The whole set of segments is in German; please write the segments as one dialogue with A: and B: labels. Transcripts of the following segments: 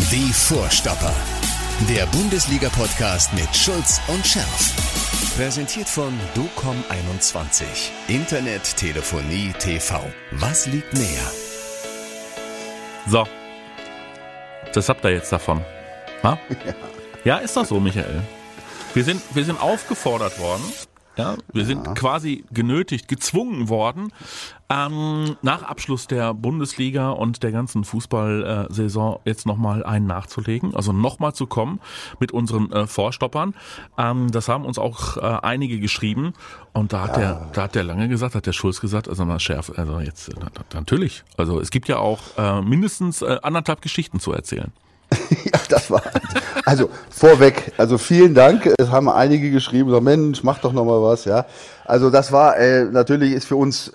A: Die Vorstopper. Der Bundesliga-Podcast mit Schulz und Scherf. Präsentiert von DOCOM21. Internet, Telefonie, TV. Was liegt näher?
B: So. Das habt ihr jetzt davon. Ha? Ja, ist doch so, Michael. Wir sind aufgefordert worden. Ja, wir sind quasi genötigt, gezwungen worden, nach Abschluss der Bundesliga und der ganzen Fußballsaison jetzt nochmal einen nachzulegen, also nochmal zu kommen mit unseren Vorstoppern. Das haben uns auch einige geschrieben und da hat der Lange gesagt, hat der Schulz gesagt, also mal Scherf, also jetzt natürlich. Also es gibt ja auch mindestens 1,5 Geschichten zu erzählen.
C: Ja, das war, also vorweg, also vielen Dank, es haben einige geschrieben, so Mensch, mach doch noch mal was, ja. Also das war, natürlich ist für uns,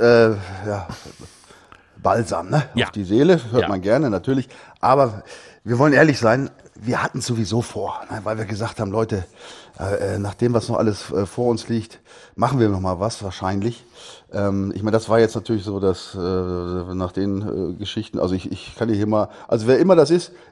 C: Balsam, ne,
B: Ja.
C: auf die Seele, hört man gerne, natürlich, aber wir wollen ehrlich sein, wir hatten sowieso vor, ne, weil wir gesagt haben, Leute, nach dem, was noch alles vor uns liegt, machen wir noch mal was, wahrscheinlich. Ich meine, das war jetzt natürlich so, dass nach den Geschichten, also ich kann hier mal, also wer immer das ist,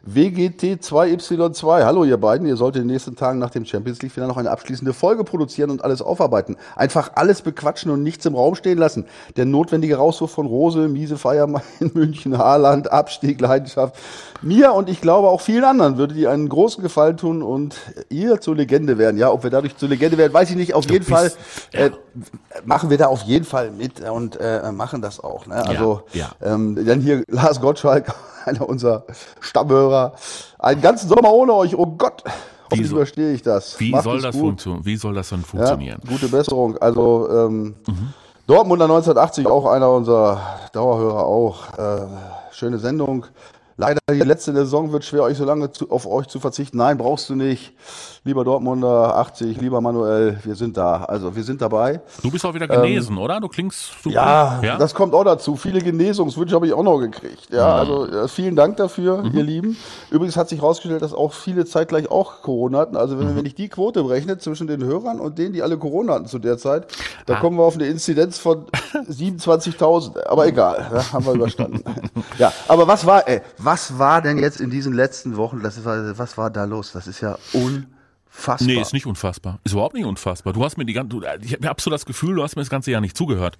C: WGT2Y2, hallo ihr beiden, ihr solltet in den nächsten Tagen nach dem Champions League Finale noch eine abschließende Folge produzieren und alles aufarbeiten. Einfach alles bequatschen und nichts im Raum stehen lassen. Der notwendige Rauswurf von Rose, miese Feier in München, Haaland, Abstieg, Leidenschaft. Mir und ich glaube auch vielen anderen würde die einen großen Gefallen tun und ihr zur Legende werden. Ja, ob wir dadurch zur Legende werden, weiß ich nicht. Auf jeden Fall machen wir da auf jeden Fall mit und machen das auch. Ne? Also dann hier Lars Gottschalk, einer unserer Stammhörer. Einen ganzen Sommer ohne euch, oh Gott. Hoffentlich überstehe ich das.
B: Wie soll das denn funktionieren?
C: Ja, gute Besserung. Also Dortmunder 1980, auch einer unserer Dauerhörer auch. Schöne Sendung. Leider die letzte Saison wird schwer, euch so lange auf euch zu verzichten. Nein, brauchst du nicht. Lieber Dortmunder 80, lieber Manuel, wir sind da. Also wir sind dabei.
B: Du bist auch wieder genesen, oder? Du klingst super.
C: Ja, das kommt auch dazu. Viele Genesungswünsche habe ich auch noch gekriegt. Ja, also vielen Dank dafür, ihr Lieben. Übrigens hat sich herausgestellt, dass auch viele zeitgleich auch Corona hatten. Also wenn ich die Quote berechne zwischen den Hörern und denen, die alle Corona hatten zu der Zeit, da kommen wir auf eine Inzidenz von 27.000. Aber egal, haben wir überstanden. Ja, aber was war denn jetzt in diesen letzten Wochen? Was war da los? Das ist ja unfassbar.
B: Nee, ist nicht unfassbar. Ist überhaupt nicht unfassbar. Ich habe so das Gefühl, du hast mir das ganze Jahr nicht zugehört.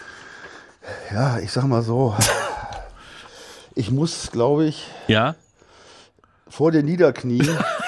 C: Ja, ich sag mal so. Ich muss, glaube ich, vor dir niederknien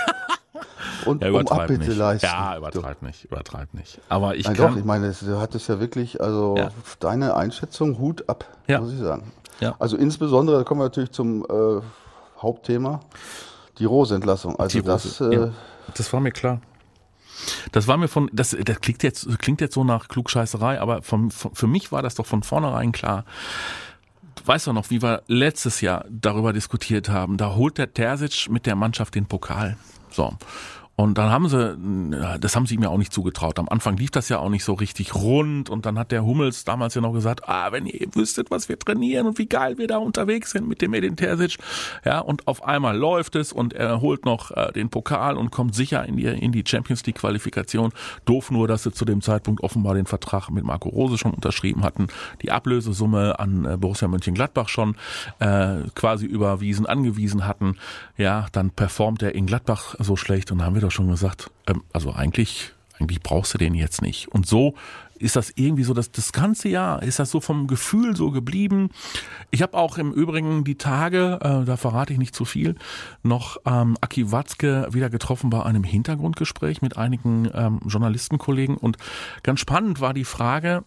C: und um Abbitte leisten.
B: Ja, übertreib nicht. Aber ich
C: Doch, ich meine, du hattest ja wirklich, also deine Einschätzung, Hut ab, muss ich sagen. Ja. Also insbesondere, da kommen wir natürlich zum Hauptthema, die Rose-Entlassung. Also
B: das war mir klar. Das war mir das klingt jetzt so nach Klugscheißerei, aber für mich war das doch von vornherein klar. Du weißt doch noch, wie wir letztes Jahr darüber diskutiert haben. Da holt der Terzic mit der Mannschaft den Pokal. So. Und dann das haben sie mir auch nicht zugetraut. Am Anfang lief das ja auch nicht so richtig rund und dann hat der Hummels damals ja noch gesagt, wenn ihr wüsstet, was wir trainieren und wie geil wir da unterwegs sind mit dem Edin Terzic. Ja, und auf einmal läuft es und er holt noch den Pokal und kommt sicher in die Champions League Qualifikation. Doof nur, dass sie zu dem Zeitpunkt offenbar den Vertrag mit Marco Rose schon unterschrieben hatten, die Ablösesumme an Borussia Mönchengladbach schon quasi angewiesen hatten. Ja, dann performt er in Gladbach so schlecht und dann haben wir doch schon gesagt, also eigentlich brauchst du den jetzt nicht. Und so ist das irgendwie so, das ganze Jahr ist das so vom Gefühl so geblieben. Ich habe auch im Übrigen die Tage, da verrate ich nicht zu viel, noch Aki Watzke wieder getroffen bei einem Hintergrundgespräch mit einigen Journalistenkollegen. Und ganz spannend war die Frage,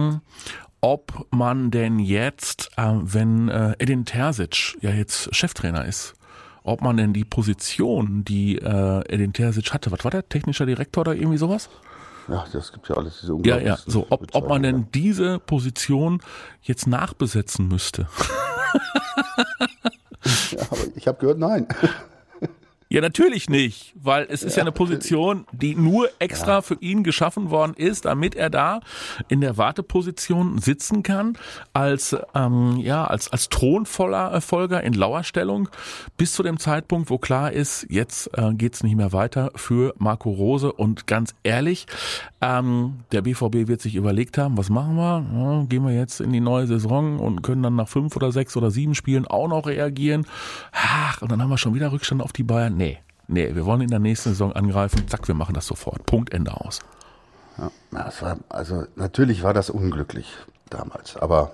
B: ob man denn jetzt, wenn Edin Terzic ja jetzt Cheftrainer ist, ob man denn die Position, die Edin Terzic hatte, was war der, technischer Direktor oder irgendwie sowas?
C: Ja, das gibt ja alles diese unglaublichen
B: so, ob man denn diese Position jetzt nachbesetzen müsste.
C: Ja, aber ich habe gehört, nein.
B: Ja, natürlich nicht, weil es ist ja eine Position, die nur extra für ihn geschaffen worden ist, damit er da in der Warteposition sitzen kann, als Thronfolger in Lauerstellung, bis zu dem Zeitpunkt, wo klar ist, jetzt geht's nicht mehr weiter für Marco Rose. Und ganz ehrlich, der BVB wird sich überlegt haben, was machen wir? Ja, gehen wir jetzt in die neue Saison und können dann nach 5 oder 6 oder 7 Spielen auch noch reagieren. Ach, und dann haben wir schon wieder Rückstand auf die Bayern. Nee, wir wollen in der nächsten Saison angreifen. Zack, wir machen das sofort. Punkt, Ende aus.
C: Ja, natürlich war das unglücklich damals, aber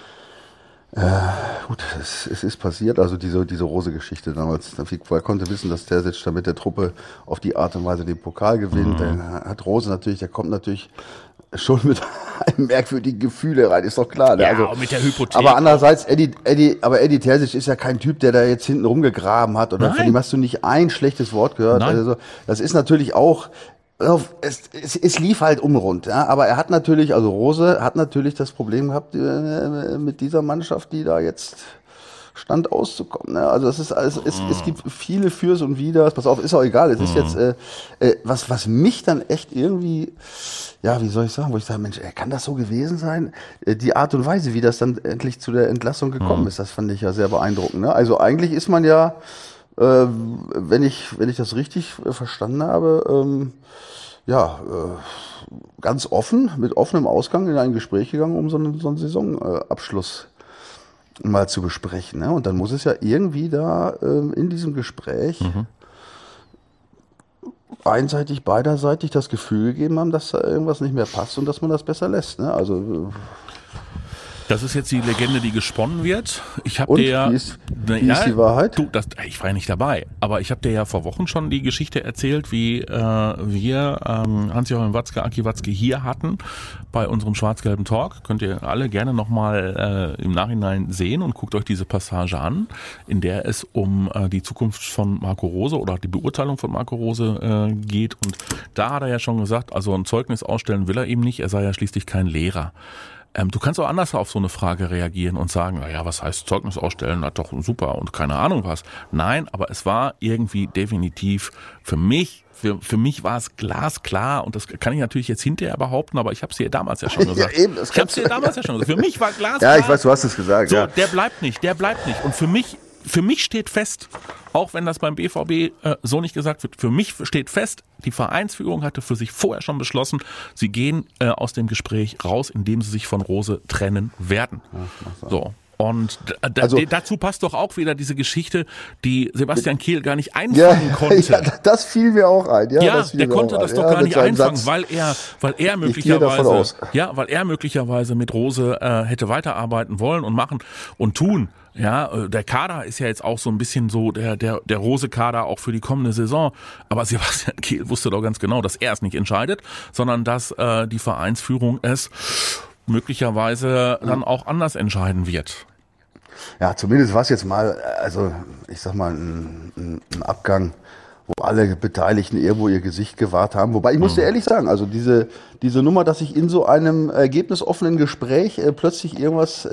C: gut, es ist passiert. Also diese Rose-Geschichte damals. Er konnte wissen, dass Terzic da mit der Truppe auf die Art und Weise den Pokal gewinnt. Dann hat Rose natürlich, der kommt natürlich schon mit einem merkwürdigen Gefühl rein, ist doch klar. Ne?
B: Ja,
C: also,
B: und mit der Hypothek.
C: Aber andererseits, Eddie Terzic ist ja kein Typ, der da jetzt hinten rumgegraben hat. Oder von ihm hast du nicht ein schlechtes Wort gehört.
B: Nein.
C: Also, das ist natürlich auch, es lief halt unrund, ja, aber er hat natürlich, also Rose hat natürlich das Problem gehabt mit dieser Mannschaft, die da jetzt stand auszukommen. Ne? Also es gibt viele Fürs und Widers. Pass auf, ist auch egal. Es ist jetzt was mich dann echt irgendwie, ja, wie soll ich sagen, wo ich sage, Mensch, kann das so gewesen sein? Die Art und Weise, wie das dann endlich zu der Entlassung gekommen ist, das fand ich ja sehr beeindruckend. Ne? Also eigentlich ist man ja, wenn ich das richtig verstanden habe, ganz offen, mit offenem Ausgang in ein Gespräch gegangen, um so einen Saisonabschluss mal zu besprechen. Ne? Und dann muss es ja irgendwie da in diesem Gespräch beiderseitig das Gefühl gegeben haben, dass da irgendwas nicht mehr passt und dass man das besser lässt. Ne? Also
B: das ist jetzt die Legende, die gesponnen wird. Ich habe dir ja,
C: wie ist die Wahrheit?
B: Ich war ja nicht dabei, aber ich habe dir ja vor Wochen schon die Geschichte erzählt, wie wir Hans-Joachim Watzke, Aki Watzke hier hatten bei unserem schwarz-gelben Talk. Könnt ihr alle gerne nochmal im Nachhinein sehen und guckt euch diese Passage an, in der es um die Zukunft von Marco Rose oder die Beurteilung von Marco Rose geht. Und da hat er ja schon gesagt, also ein Zeugnis ausstellen will er ihm nicht, er sei ja schließlich kein Lehrer. Du kannst auch anders auf so eine Frage reagieren und sagen, naja, was heißt Zeugnis ausstellen, hat doch super und keine Ahnung was. Nein, aber es war irgendwie definitiv für mich war es glasklar und das kann ich natürlich jetzt hinterher behaupten, aber ich habe es dir damals ja schon gesagt.
C: Ja, eben,
B: Für mich war glasklar.
C: Ja, ich weiß, du hast es gesagt.
B: So,
C: ja.
B: der bleibt nicht. Und für mich steht fest, auch wenn das beim BVB so nicht gesagt wird, für mich steht fest, die Vereinsführung hatte für sich vorher schon beschlossen, sie gehen aus dem Gespräch raus, indem sie sich von Rose trennen werden. Ja, so. Und dazu passt doch auch wieder diese Geschichte, die Sebastian Kehl gar nicht einfangen konnte.
C: Ja, das fiel mir auch ein.
B: Ja, der konnte das doch gar nicht einfangen, weil er möglicherweise mit Rose hätte weiterarbeiten wollen und machen und tun. Ja, der Kader ist ja jetzt auch so ein bisschen so der Rose-Kader auch für die kommende Saison. Aber Sebastian Kehl wusste doch ganz genau, dass er es nicht entscheidet, sondern dass die Vereinsführung es möglicherweise dann auch anders entscheiden wird.
C: Ja, zumindest war es jetzt mal, also ich sag mal, ein Abgang, wo alle Beteiligten irgendwo ihr Gesicht gewahrt haben. Wobei ich muss dir ehrlich sagen, also diese Nummer, dass ich in so einem ergebnisoffenen Gespräch plötzlich irgendwas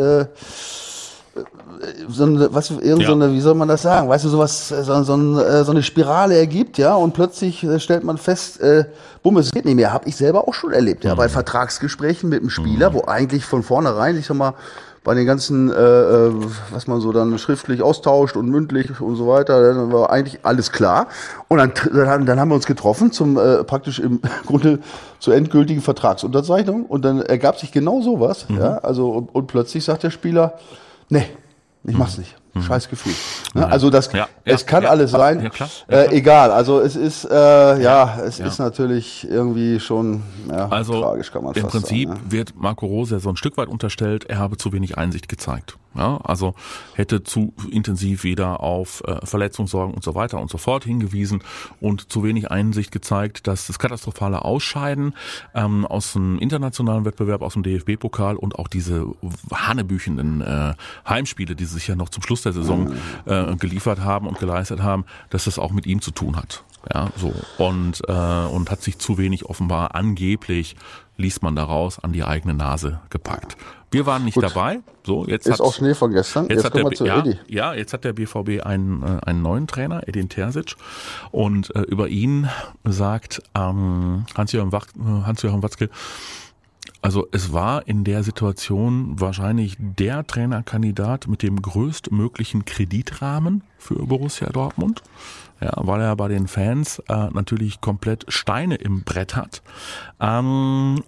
C: wie soll man das sagen? Weißt du, so eine Spirale ergibt, ja, und plötzlich stellt man fest, es geht nicht mehr. Habe ich selber auch schon erlebt, ja, bei Vertragsgesprächen mit einem Spieler, wo eigentlich von vornherein, ich sag mal, bei den ganzen, was man so dann schriftlich austauscht und mündlich und so weiter, dann war eigentlich alles klar. Und dann haben wir uns getroffen praktisch im Grunde zur endgültigen Vertragsunterzeichnung und dann ergab sich genau sowas, ja, also und plötzlich sagt der Spieler, nee, ich mach's nicht. Scheiß Gefühl. Ne? Also es kann alles sein.
B: Ja, klar.
C: Egal. Also es ist ist natürlich irgendwie schon tragisch, kann man fast sagen.
B: Im Prinzip wird Marco Rose so ein Stück weit unterstellt, er habe zu wenig Einsicht gezeigt. Ja, also hätte zu intensiv wieder auf Verletzungssorgen und so weiter und so fort hingewiesen und zu wenig Einsicht gezeigt, dass das katastrophale Ausscheiden aus dem internationalen Wettbewerb, aus dem DFB-Pokal und auch diese hanebüchenden Heimspiele, die sie sich ja noch zum Schluss der Saison geliefert haben und geleistet haben, dass das auch mit ihm zu tun hat. Ja, so. Und hat sich zu wenig offenbar angeblich, liest man daraus, an die eigene Nase gepackt. Wir waren nicht dabei. So, jetzt
C: ist auch Schnee von gestern. Jetzt kommen wir zu Edi.
B: Ja, jetzt hat der BVB einen neuen Trainer, Edin Terzic. Und über ihn sagt Hans-Joachim Watzke, also es war in der Situation wahrscheinlich der Trainerkandidat mit dem größtmöglichen Kreditrahmen für Borussia Dortmund. Ja, weil er bei den Fans natürlich komplett Steine im Brett hat. Man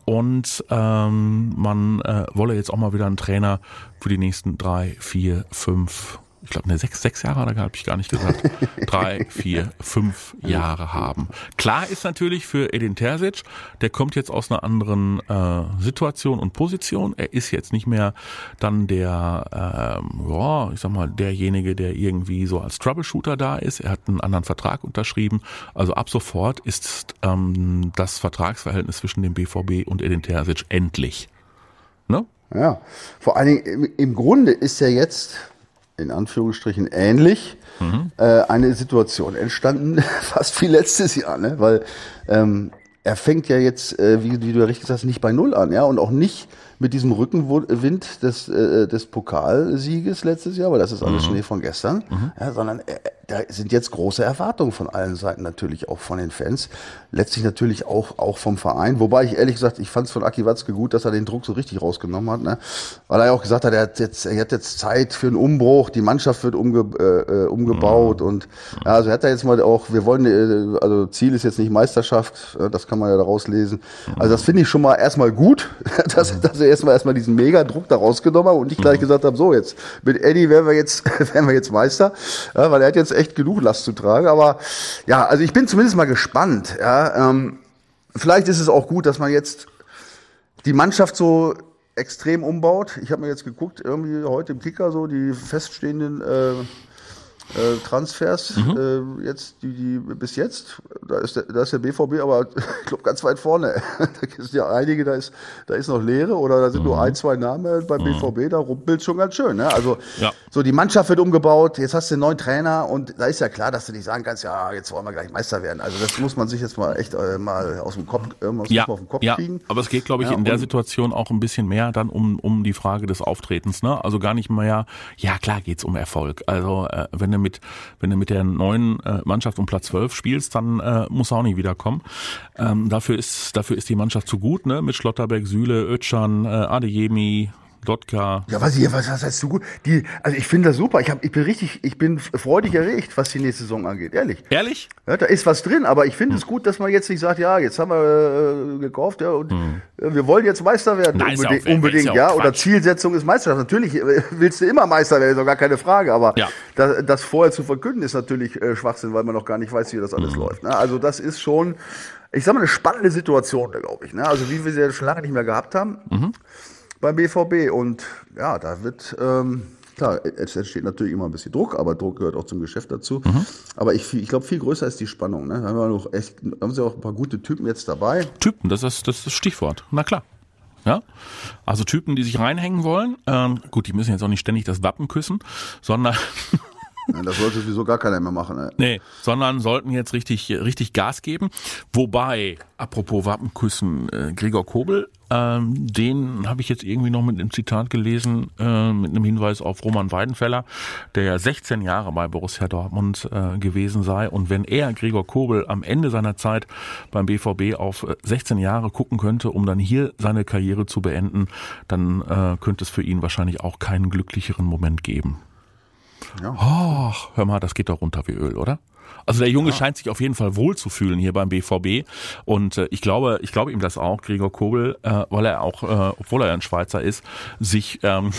B: wolle jetzt auch mal wieder einen Trainer für die nächsten 3, 4, 5, ich glaube, 6 Jahre habe ich gar nicht gesagt. 3, 4, 5 Jahre haben. Klar ist natürlich für Edin Terzic, der kommt jetzt aus einer anderen Situation und Position. Er ist jetzt nicht mehr dann derjenige, der irgendwie so als Troubleshooter da ist. Er hat einen anderen Vertrag unterschrieben. Also ab sofort ist das Vertragsverhältnis zwischen dem BVB und Edin Terzic endlich. Ne?
C: Ja, vor allen Dingen im Grunde ist ja jetzt in Anführungsstrichen ähnlich, eine Situation entstanden, fast wie letztes Jahr, ne? Weil er fängt ja jetzt, wie du ja richtig sagst, nicht bei Null an, ja, und auch nicht mit diesem Rückenwind des Pokalsieges letztes Jahr, weil das ist alles Schnee von gestern, ja, sondern da sind jetzt große Erwartungen von allen Seiten, natürlich auch von den Fans, letztlich natürlich auch vom Verein, wobei ich ehrlich gesagt, ich fand es von Aki Watzke gut, dass er den Druck so richtig rausgenommen hat, ne? Weil er ja auch gesagt hat, er hat jetzt Zeit für einen Umbruch, die Mannschaft wird umgebaut und ja, also er hat da jetzt mal auch, wir wollen, also Ziel ist jetzt nicht Meisterschaft, das kann man ja daraus lesen, also das finde ich schon mal erstmal gut, dass er erstmal diesen Mega-Druck da rausgenommen hat und nicht gleich gesagt haben, so jetzt, mit Eddie werden wir jetzt Meister, ja, weil er hat jetzt echt genug Last zu tragen, aber ja, also ich bin zumindest mal gespannt, ja, vielleicht ist es auch gut, dass man jetzt die Mannschaft so extrem umbaut. Ich habe mir jetzt geguckt, irgendwie heute im Kicker so die feststehenden Transfers, jetzt die bis jetzt, da ist der BVB aber, ich glaube, ganz weit vorne. Da sind ja einige, da ist noch Leere oder da sind nur 1, 2 Namen beim BVB, da rumpelt schon ganz schön. Ne? Also so die Mannschaft wird umgebaut, jetzt hast du einen neuen Trainer und da ist ja klar, dass du nicht sagen kannst, ja, jetzt wollen wir gleich Meister werden. Also das muss man sich jetzt mal echt mal aus dem Kopf, auf den Kopf kriegen.
B: Aber es geht, glaube ich, in der Situation auch ein bisschen mehr dann um die Frage des Auftretens. Ne? Also gar nicht mehr, ja klar geht's um Erfolg. Also wenn du mit der neuen Mannschaft um Platz 12 spielst, dann muss er auch nicht wiederkommen. Dafür ist die Mannschaft zu gut, ne? Mit Schlotterbeck, Süle, Özcan, Adeyemi, Lotka.
C: Ja, was heißt du gut? Also ich finde das super. Ich bin freudig erregt, was die nächste Saison angeht. Ehrlich.
B: Ehrlich?
C: Ja, da ist was drin, aber ich finde es gut, dass man jetzt nicht sagt, ja, jetzt haben wir gekauft, ja, und wir wollen jetzt Meister werden.
B: Nein,
C: unbedingt, ja. Oder Zielsetzung ist Meisterschaft. Natürlich willst du immer Meister werden, ist doch gar keine Frage, aber das vorher zu verkünden ist natürlich Schwachsinn, weil man noch gar nicht weiß, wie das alles läuft. Ne? Also das ist schon, ich sag mal, eine spannende Situation, glaube ich. Ne? Also wie wir sie ja schon lange nicht mehr gehabt haben. Beim BVB und ja, da wird, klar, es entsteht natürlich immer ein bisschen Druck, aber Druck gehört auch zum Geschäft dazu. Aber ich glaube, viel größer ist die Spannung. Ne? Da haben sie auch ein paar gute Typen jetzt dabei.
B: Typen, das ist das Stichwort. Na klar. Ja, also Typen, die sich reinhängen wollen. Gut, die müssen jetzt auch nicht ständig das Wappen küssen, sondern
C: das sollte sowieso gar keiner mehr machen.
B: Nee, sondern sollten jetzt richtig Gas geben. Wobei, apropos Wappenküssen, Gregor Kobel, den habe ich jetzt irgendwie noch mit einem Zitat gelesen, mit einem Hinweis auf Roman Weidenfeller, der ja 16 Jahre bei Borussia Dortmund gewesen sei. Und wenn er, Gregor Kobel, am Ende seiner Zeit beim BVB auf 16 Jahre gucken könnte, um dann hier seine Karriere zu beenden, dann könnte es für ihn wahrscheinlich auch keinen glücklicheren Moment geben. Ja. Oh, hör mal, das geht doch runter wie Öl, oder? Also der Junge scheint sich auf jeden Fall wohl zu fühlen hier beim BVB und ich glaube ihm das auch, Gregor Kobel, weil er auch, obwohl er ein Schweizer ist, sich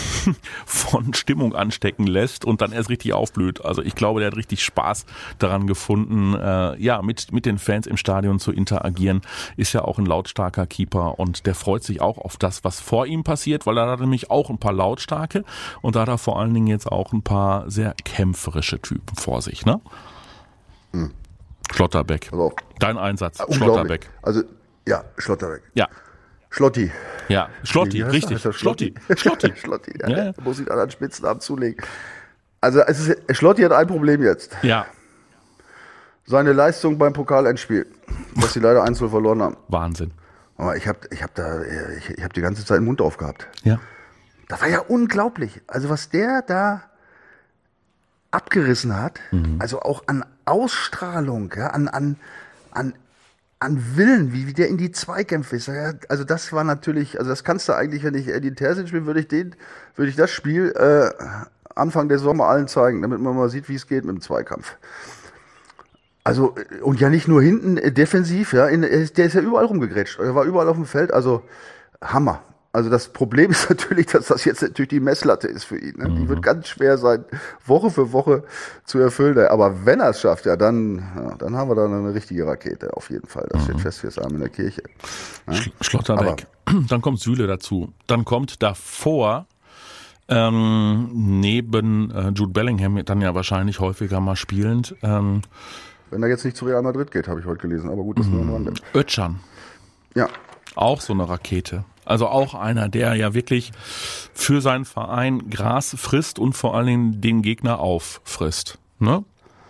B: von Stimmung anstecken lässt und dann erst richtig aufblüht. Also ich glaube, der hat richtig Spaß daran gefunden, mit den Fans im Stadion zu interagieren. Ist ja auch ein lautstarker Keeper und der freut sich auch auf das, was vor ihm passiert, weil er hat nämlich auch ein paar lautstarke und da hat er vor allen Dingen jetzt auch ein paar sehr kämpferische Typen vor sich, ne? Schlotterbeck. Also, dein Einsatz. Schlotterbeck.
C: Also, ja, Schlotterbeck.
B: Ja.
C: Schlotti.
B: Ja, Schlotti, richtig. Schlotti.
C: Schlotti. Ja. Muss ich einen anderen Spitznamen zulegen. Also, Schlotti hat ein Problem jetzt.
B: Ja.
C: seine Leistung beim Pokalendspiel, dass sie leider 1-0 verloren haben.
B: Wahnsinn.
C: Aber ich hab die ganze Zeit den Mund aufgehabt.
B: Ja.
C: Das war ja unglaublich. Also was der da abgerissen hat, also auch an Ausstrahlung, ja, an Willen, wie der in die Zweikämpfe ist. Ja, also das war natürlich, also das kannst du eigentlich, wenn ich Edin Terzic bin, würde ich das Spiel Anfang der Saison mal allen zeigen, damit man mal sieht, wie es geht mit dem Zweikampf. Also, und ja nicht nur hinten defensiv, ja, der ist ja überall rumgegrätscht, er war überall auf dem Feld, also Hammer. Also das Problem ist natürlich, dass das jetzt natürlich die Messlatte ist für ihn. Ne? Die wird ganz schwer sein, Woche für Woche zu erfüllen. Aber wenn er es schafft, ja, dann haben wir da eine richtige Rakete, auf jeden Fall. Das steht fest fürs Abend in der Kirche. Ja?
B: Schlotterbeck. Dann kommt Süle dazu. Dann kommt davor neben Jude Bellingham, dann ja wahrscheinlich häufiger mal spielend.
C: Wenn er jetzt nicht zu Real Madrid geht, habe ich heute gelesen. Aber gut, das ist nur am Rande.
B: Özcan.
C: Ja.
B: Auch so eine Rakete. Also auch einer, der ja wirklich für seinen Verein Gras frisst und vor allen Dingen den Gegner auffrisst. Ne?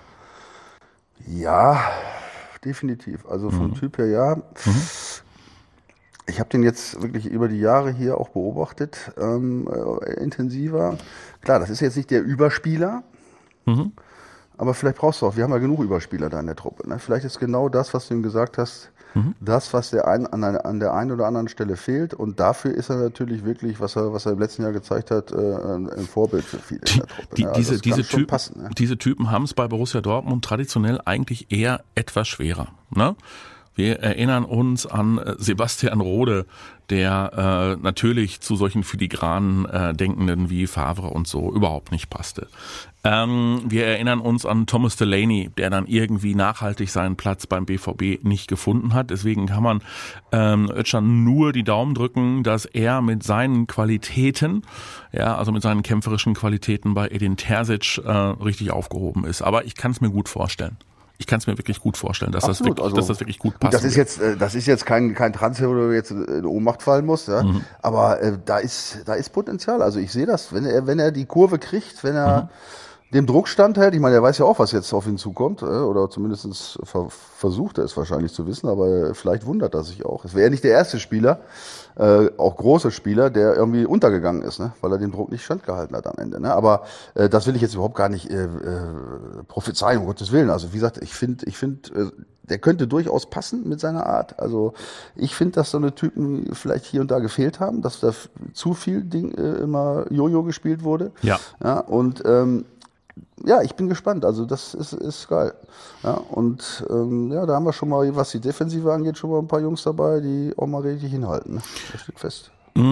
C: Ja, definitiv. Also vom Typ her, ja. Ich habe den jetzt wirklich über die Jahre hier auch beobachtet, intensiver. Klar, das ist jetzt nicht der Überspieler, aber vielleicht brauchst du auch, wir haben ja genug Überspieler da in der Truppe. Ne? Vielleicht ist genau das, was du ihm gesagt hast, das, was an der einen oder anderen Stelle fehlt. Und dafür ist er natürlich wirklich, was er im letzten Jahr gezeigt hat, ein Vorbild für viele in der Truppe.
B: Diese Typen haben es bei Borussia Dortmund traditionell eigentlich eher etwas schwerer. Ne? Wir erinnern uns an Sebastian Rode, der natürlich zu solchen filigranen Denkenden wie Favre und so überhaupt nicht passte. Wir erinnern uns an Thomas Delaney, der dann irgendwie nachhaltig seinen Platz beim BVB nicht gefunden hat. Deswegen kann man Özcan nur die Daumen drücken, dass er mit seinen Qualitäten, ja, also mit seinen kämpferischen Qualitäten bei Edin Terzic richtig aufgehoben ist. Aber ich kann es mir gut vorstellen. Ich kann es mir wirklich gut vorstellen, dass das wirklich gut passt.
C: Das ist jetzt kein Transfer, wo du jetzt in Ohnmacht fallen musst, ja. Aber da ist Potenzial. Also ich sehe das, wenn er die Kurve kriegt, wenn er dem Druck standhält. Ich meine, er weiß ja auch, was jetzt auf ihn zukommt, oder zumindest versucht er es wahrscheinlich zu wissen, aber vielleicht wundert er sich auch. Es wäre ja nicht der erste Spieler, auch große Spieler, der irgendwie untergegangen ist, ne? Weil er den Druck nicht standgehalten hat am Ende. Ne? Aber das will ich jetzt überhaupt gar nicht prophezeien, um Gottes Willen. Also wie gesagt, ich finde, der könnte durchaus passen mit seiner Art. Also ich finde, dass so eine Typen vielleicht hier und da gefehlt haben, dass da zu viel immer Jojo gespielt wurde.
B: Ja.
C: Ja, und ja, ich bin gespannt. Also das ist geil. Ja, und ja, da haben wir schon mal, was die Defensive angeht, schon mal ein paar Jungs dabei, die auch mal richtig hinhalten. Ne? Das steht fest.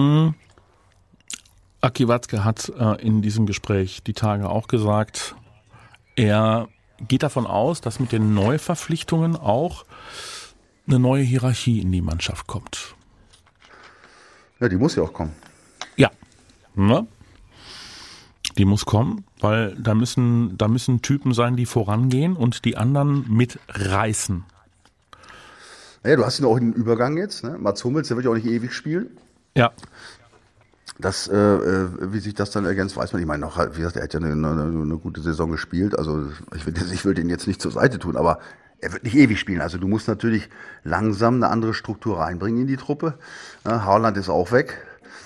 B: Aki Watzke hat in diesem Gespräch die Tage auch gesagt, er geht davon aus, dass mit den Neuverpflichtungen auch eine neue Hierarchie in die Mannschaft kommt.
C: Ja, die muss ja auch kommen.
B: Ja. Ne? Die muss kommen, weil da müssen Typen sein, die vorangehen und die anderen mitreißen.
C: Naja, du hast ja auch einen Übergang jetzt. Ne? Mats Hummels, der wird ja auch nicht ewig spielen.
B: Ja.
C: Das, wie sich das dann ergänzt, weiß man. Ich meine, noch, wie gesagt, er hat ja eine gute Saison gespielt. Also ich will den jetzt nicht zur Seite tun, aber er wird nicht ewig spielen. Also du musst natürlich langsam eine andere Struktur reinbringen in die Truppe. Haaland ist auch weg.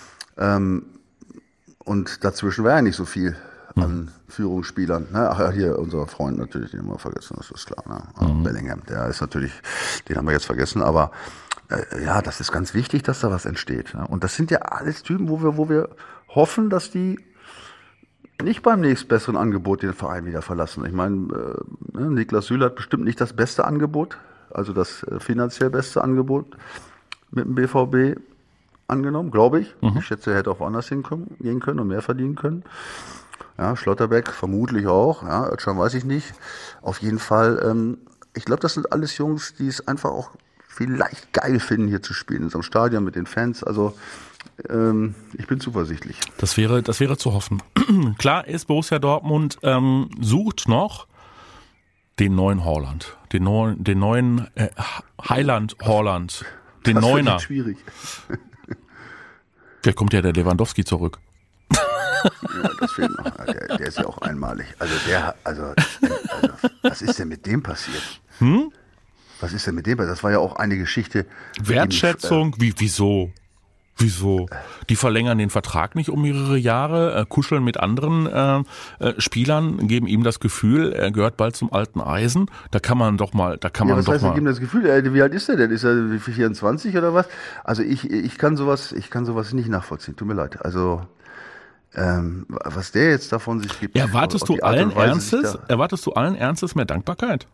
C: Und dazwischen wäre ja nicht so viel an Führungsspielern. Ne? Ach ja, hier unser Freund natürlich, den haben wir vergessen, das ist klar. Ne? Bellingham, der ist natürlich, den haben wir jetzt vergessen, aber ja, das ist ganz wichtig, dass da was entsteht. Ne? Und das sind ja alles Typen, wo wir hoffen, dass die nicht beim nächstbesseren Angebot den Verein wieder verlassen. Ich meine, Niklas Süle hat bestimmt nicht das beste Angebot, also das finanziell beste Angebot mit dem BVB angenommen, glaube ich. Ich schätze, er hätte auch woanders gehen können und mehr verdienen können. Ja, Schlotterbeck vermutlich auch. Ja, Özcan weiß ich nicht. Auf jeden Fall, ich glaube, das sind alles Jungs, die es einfach auch vielleicht geil finden, hier zu spielen, in so einem Stadion mit den Fans. Also, ich bin zuversichtlich.
B: Das wäre zu hoffen. Klar ist, Borussia Dortmund sucht noch den neuen Haaland. Den neuen Highland Haaland. Den Neuner.
C: Das wird schwierig.
B: Vielleicht kommt ja der Lewandowski zurück.
C: Ja, das fehlt noch. Der ist ja auch einmalig. Also was ist denn mit dem passiert? Was ist denn mit dem? Das war ja auch eine Geschichte.
B: Wertschätzung? Wieso? Die verlängern den Vertrag nicht um mehrere Jahre, kuscheln mit anderen Spielern, geben ihm das Gefühl, er gehört bald zum alten Eisen. Da kann man doch mal.
C: Was heißt, geben das Gefühl? Wie alt ist er denn? Ist er 24 oder was? Also ich kann sowas nicht nachvollziehen. Tut mir leid. Also was der jetzt davon sich gibt.
B: Erwartest du allen Ernstes mehr Dankbarkeit?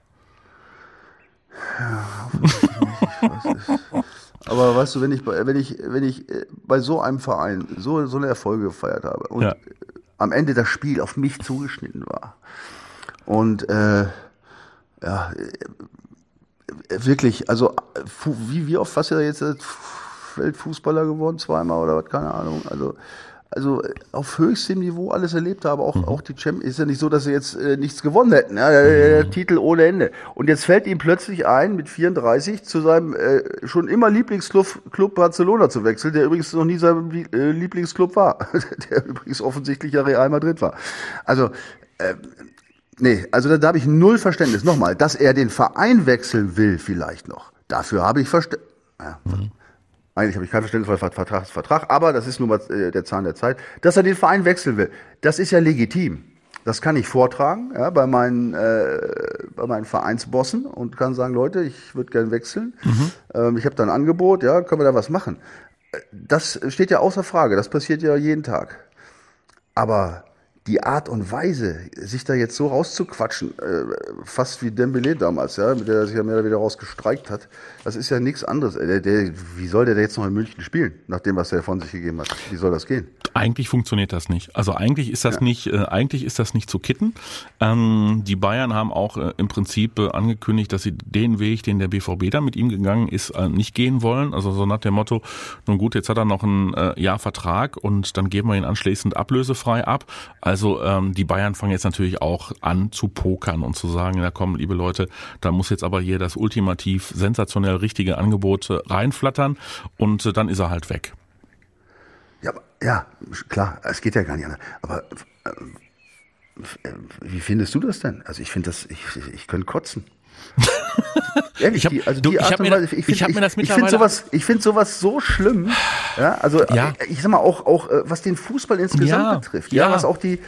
C: Ja, hoffentlich nicht. Ich weiß es. Aber weißt du, wenn ich bei so einem Verein so eine Erfolge gefeiert habe und am Ende das Spiel auf mich zugeschnitten war und wirklich, also wie oft hast du da jetzt Weltfußballer geworden, zweimal oder was, keine Ahnung, also auf höchstem Niveau alles erlebt habe, auch die Champions, ist ja nicht so, dass sie jetzt nichts gewonnen hätten, ja, der Titel ohne Ende. Und jetzt fällt ihm plötzlich ein, mit 34 zu seinem schon immer Lieblingsclub Barcelona zu wechseln, der übrigens noch nie sein Lieblingsclub war, der übrigens offensichtlich ja Real Madrid war. Also, da habe ich null Verständnis. Nochmal, dass er den Verein wechseln will vielleicht noch, dafür habe ich Verständnis. Ja. Eigentlich habe ich kein Verständnis für Vertrag, aber das ist nun mal der Zahn der Zeit. Dass er den Verein wechseln will, das ist ja legitim. Das kann ich vortragen, ja, bei meinen Vereinsbossen und kann sagen, Leute, ich würde gerne wechseln. Ich habe da ein Angebot, ja, können wir da was machen? Das steht ja außer Frage, das passiert ja jeden Tag. Aber die Art und Weise, sich da jetzt so rauszuquatschen, fast wie Dembélé damals, ja, mit der er sich ja mehr oder weniger rausgestreikt hat, das ist ja nichts anderes. Wie soll der jetzt noch in München spielen, nach dem, was er von sich gegeben hat? Wie soll das gehen?
B: Eigentlich funktioniert das nicht. Also eigentlich ist das eigentlich ist das nicht zu kitten. Die Bayern haben auch im Prinzip angekündigt, dass sie den Weg, den der BVB da mit ihm gegangen ist, nicht gehen wollen. Also so nach dem Motto, nun gut, jetzt hat er noch ein Jahr Vertrag und dann geben wir ihn anschließend ablösefrei ab. Also die Bayern fangen jetzt natürlich auch an zu pokern und zu sagen, na komm, liebe Leute, da muss jetzt aber hier das ultimativ sensationell richtige Angebot reinflattern und dann ist er halt weg.
C: Ja, klar, es geht ja gar nicht anders. Aber wie findest du das denn? Also ich finde das, ich könnte kotzen. Ehrlich, ich finde sowas so schlimm. Ja, also ich sag mal auch was den Fußball insgesamt betrifft, was auch die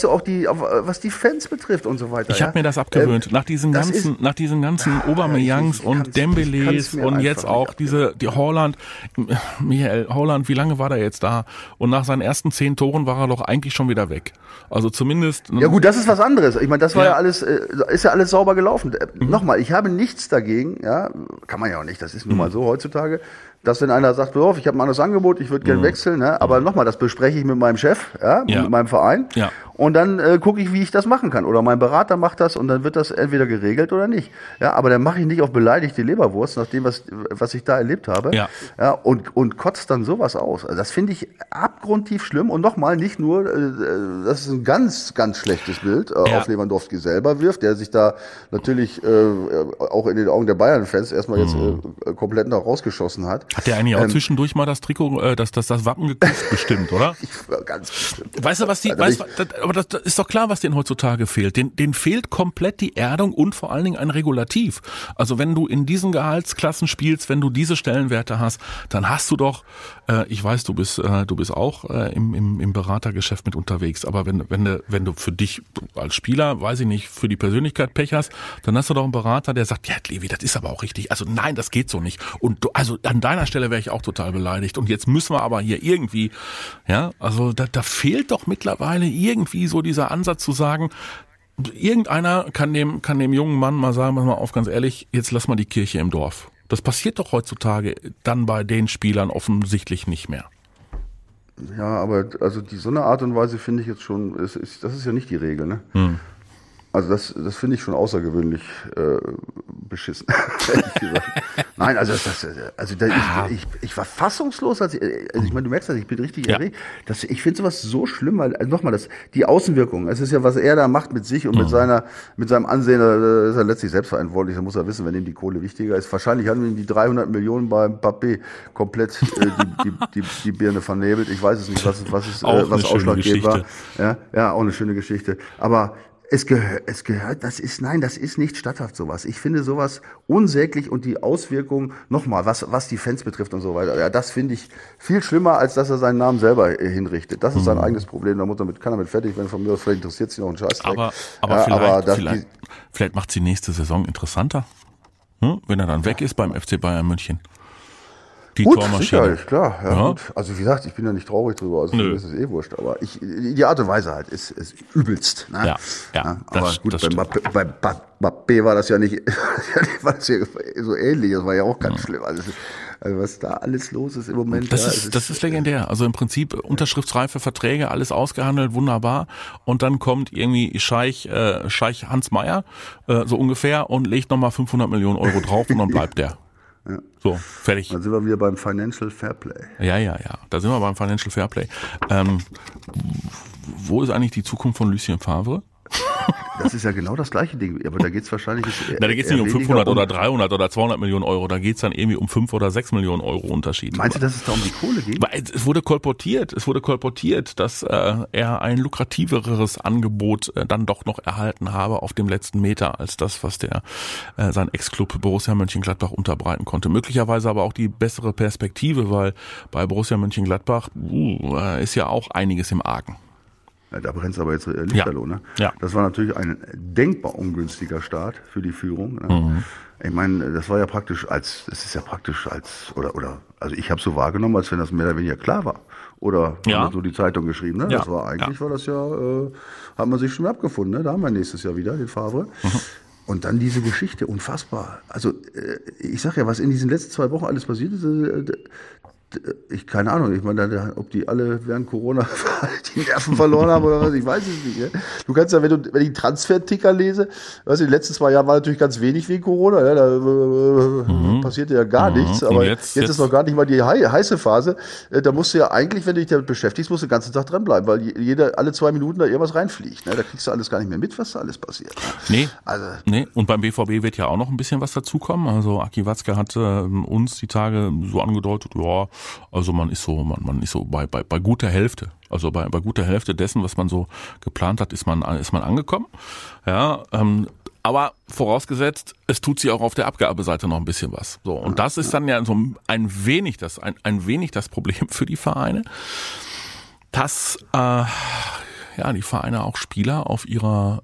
C: Fans betrifft und so weiter.
B: Ich habe mir das abgewöhnt nach diesen ganzen Aubameyangs und Dembélés und jetzt auch die Haaland, Michael Haaland, wie lange war der jetzt da? Und nach seinen ersten 10 Toren war er doch eigentlich schon wieder weg. Also zumindest.
C: Ja gut, das ist was anderes. Ich meine, das war ja alles, ist ja alles sauber gelaufen. Nochmal, ich habe nichts dagegen, ja, kann man ja auch nicht, das ist nun mal so heutzutage, dass wenn einer sagt, ich habe ein anderes Angebot, ich würde gerne wechseln, ne? Aber nochmal, das bespreche ich mit meinem Chef, mit meinem Verein und dann gucke ich, wie ich das machen kann. Oder mein Berater macht das und dann wird das entweder geregelt oder nicht. Ja, aber dann mache ich nicht auf beleidigte Leberwurst, nach dem, was ich da erlebt habe, und kotzt dann sowas aus. Also das finde ich abgrundtief schlimm und nochmal, nicht nur, das ist ein ganz, ganz schlechtes Bild auf Lewandowski selber wirft, der sich da natürlich auch in den Augen der Bayern-Fans erstmal jetzt komplett noch rausgeschossen hat.
B: Hat der eigentlich auch zwischendurch mal das Trikot, das Wappen geküsst, bestimmt, oder?
C: Ganz bestimmt.
B: Weißt du, aber das ist doch klar, was denen heutzutage fehlt. Den fehlt komplett die Erdung und vor allen Dingen ein Regulativ. Also wenn du in diesen Gehaltsklassen spielst, wenn du diese Stellenwerte hast, dann hast du doch, ich weiß, du bist auch im Beratergeschäft mit unterwegs, aber wenn du für dich als Spieler, weiß ich nicht, für die Persönlichkeit Pech hast, dann hast du doch einen Berater, der sagt, ja, Levi, das ist aber auch richtig. Also nein, das geht so nicht. Und also an deiner Stelle wäre ich auch total beleidigt. Und jetzt müssen wir aber hier irgendwie, also da fehlt doch mittlerweile irgendwie so dieser Ansatz zu sagen, irgendeiner kann dem jungen Mann mal sagen, pass mal auf, ganz ehrlich, jetzt lass mal die Kirche im Dorf. Das passiert doch heutzutage dann bei den Spielern offensichtlich nicht mehr.
C: Ja, aber also so eine Art und Weise finde ich jetzt schon, das ist ja nicht die Regel, ne? Also das finde ich schon außergewöhnlich beschissen. Nein, ich war fassungslos, ich meine, du merkst das, ich bin richtig erregt. Ich finde sowas so schlimm, weil nochmal, die Außenwirkung, es ist ja, was er da macht mit sich und mit seinem Ansehen, da ist er letztlich selbstverantwortlich, da muss er wissen, wenn ihm die Kohle wichtiger ist. Wahrscheinlich haben ihm die 300 Millionen bei Mbappé komplett die Birne vernebelt. Ich weiß es nicht, was ausschlaggebend war. Ja, auch eine schöne Geschichte. Aber Es gehört, das ist nicht statthaft, sowas. Ich finde sowas unsäglich und die Auswirkungen, nochmal, was die Fans betrifft und so weiter, ja, das finde ich viel schlimmer, als dass er seinen Namen selber hinrichtet. Das ist sein eigenes Problem, kann er damit fertig werden, von mir aus, vielleicht interessiert sich noch ein Scheißdreck.
B: Aber vielleicht macht sie nächste Saison interessanter, wenn er dann weg ist beim FC Bayern München. Die
C: gut,
B: Tormaschine.
C: Sicherlich, klar. Ja, ja. Gut. Also wie gesagt, ich bin ja nicht traurig drüber, also mir ist es wurscht. Aber die Art und Weise halt ist übelst. Ne?
B: Ja,
C: aber gut, bei Mbappé war das ja nicht so ähnlich, das war ja auch ganz schlimm. Also was da alles los ist im Moment.
B: Das ist legendär. Also im Prinzip unterschriftsreife Verträge, alles ausgehandelt, wunderbar. Und dann kommt irgendwie Scheich Hans Meyer, so ungefähr, und legt nochmal 500 Millionen Euro drauf und dann bleibt der.
C: Ja.
B: So, fertig.
C: Dann sind wir wieder beim Financial Fairplay.
B: Ja. Da sind wir beim Financial Fairplay. Wo ist eigentlich die Zukunft von Lucien Favre?
C: Das ist ja genau das gleiche Ding, aber da geht's wahrscheinlich...
B: Da geht's nicht um 500 oder 300 oder 200 Millionen Euro, da geht's dann irgendwie um 5 oder 6 Millionen Euro Unterschied.
C: Meinst du, dass es da um die Kohle geht?
B: Weil es wurde kolportiert, dass er ein lukrativeres Angebot dann doch noch erhalten habe auf dem letzten Meter, als das, was sein Ex-Club Borussia Mönchengladbach unterbreiten konnte. Möglicherweise aber auch die bessere Perspektive, weil bei Borussia Mönchengladbach ist ja auch einiges im Argen.
C: Ja, da brennt es aber jetzt Lichterloh, ne?
B: Ja.
C: Das war natürlich ein denkbar ungünstiger Start für die Führung. Ne? Ich meine, das war ja praktisch also ich habe so wahrgenommen, als wenn das mehr oder weniger klar war. Oder haben so die Zeitung geschrieben, ne?
B: Ja.
C: Das war eigentlich, war das ja, hat man sich schon abgefunden, ne? Da haben wir nächstes Jahr wieder den Favre. Und dann diese Geschichte, unfassbar. Also, ich sag ja, was in diesen letzten 2 Wochen alles passiert ist, keine Ahnung, ich meine, ob die alle während Corona die Nerven verloren haben oder was, ich weiß es nicht. Ne? Du kannst ja, wenn ich einen Transfer-Ticker lese, weißt du, die letzten 2 Jahre war natürlich ganz wenig wegen Corona, ja, da passierte ja gar nichts, aber jetzt ist noch gar nicht mal die heiße Phase. Da musst du ja eigentlich, wenn du dich damit beschäftigst, musst du den ganzen Tag dranbleiben, weil alle 2 Minuten da irgendwas reinfliegt. Ne? Da kriegst du alles gar nicht mehr mit, was da alles passiert. Ne?
B: Nee. Und beim BVB wird ja auch noch ein bisschen was dazukommen. Also Aki Watzke hat uns die Tage so angedeutet, ja, also man ist so bei guter Hälfte. Also bei guter Hälfte dessen, was man so geplant hat, ist man angekommen. Ja, aber vorausgesetzt, es tut sich auch auf der Abgabeseite noch ein bisschen was. So, und das ist dann ja so ein wenig das Problem für die Vereine, dass die Vereine auch Spieler auf ihrer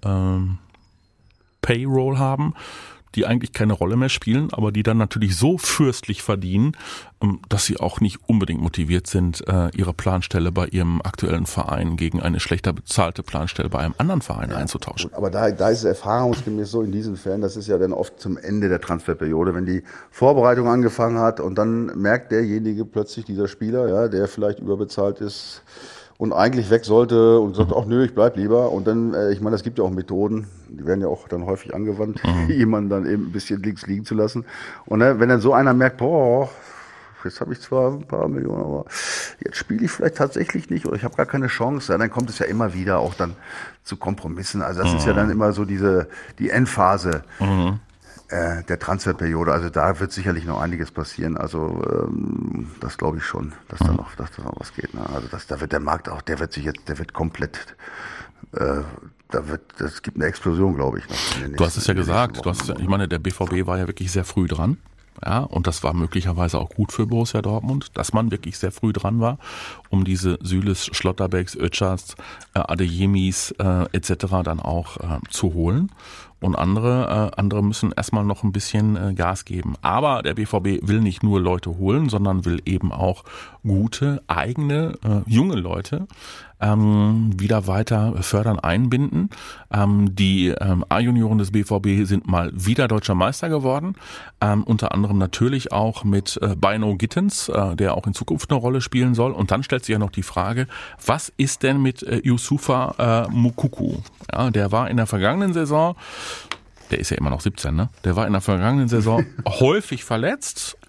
B: Payroll haben, die eigentlich keine Rolle mehr spielen, aber die dann natürlich so fürstlich verdienen, dass sie auch nicht unbedingt motiviert sind, ihre Planstelle bei ihrem aktuellen Verein gegen eine schlechter bezahlte Planstelle bei einem anderen Verein einzutauschen.
C: Aber da ist es erfahrungsgemäß so in diesen Fällen, das ist ja dann oft zum Ende der Transferperiode, wenn die Vorbereitung angefangen hat und dann merkt derjenige plötzlich, dieser Spieler, ja, der vielleicht überbezahlt ist, und eigentlich weg sollte und sagt, ach nö, ich bleib lieber. Und dann, ich meine, es gibt ja auch Methoden, die werden ja auch dann häufig angewandt, jemanden dann eben ein bisschen links liegen zu lassen. Und wenn dann so einer merkt, boah, jetzt habe ich zwar ein paar Millionen, aber jetzt spiele ich vielleicht tatsächlich nicht oder ich habe gar keine Chance, dann kommt es ja immer wieder auch dann zu Kompromissen. Also das ist ja dann immer so die Endphase. Der Transferperiode, also da wird sicherlich noch einiges passieren, also das glaube ich schon, dass da noch was geht. Ne? Also da wird der Markt auch, der wird komplett, es gibt eine Explosion, glaube ich.
B: Du hast es ja gesagt, ich meine, der BVB war ja wirklich sehr früh dran. Ja, und das war möglicherweise auch gut für Borussia Dortmund, dass man wirklich sehr früh dran war, um diese Süles, Schlotterbecks, Özcas, Adeyemis etc. dann auch zu holen. Und andere müssen erstmal noch ein bisschen Gas geben. Aber der BVB will nicht nur Leute holen, sondern will eben auch gute, eigene, junge Leute wieder weiter fördern, einbinden. Die A-Junioren des BVB sind mal wieder Deutscher Meister geworden. Unter anderem natürlich auch mit Bino Gittens, der auch in Zukunft eine Rolle spielen soll. Und dann stellt sich ja noch die Frage, was ist denn mit Youssoufa Moukoko? Ja, der war in der vergangenen Saison, der ist ja immer noch 17, ne? Der war in der vergangenen Saison häufig verletzt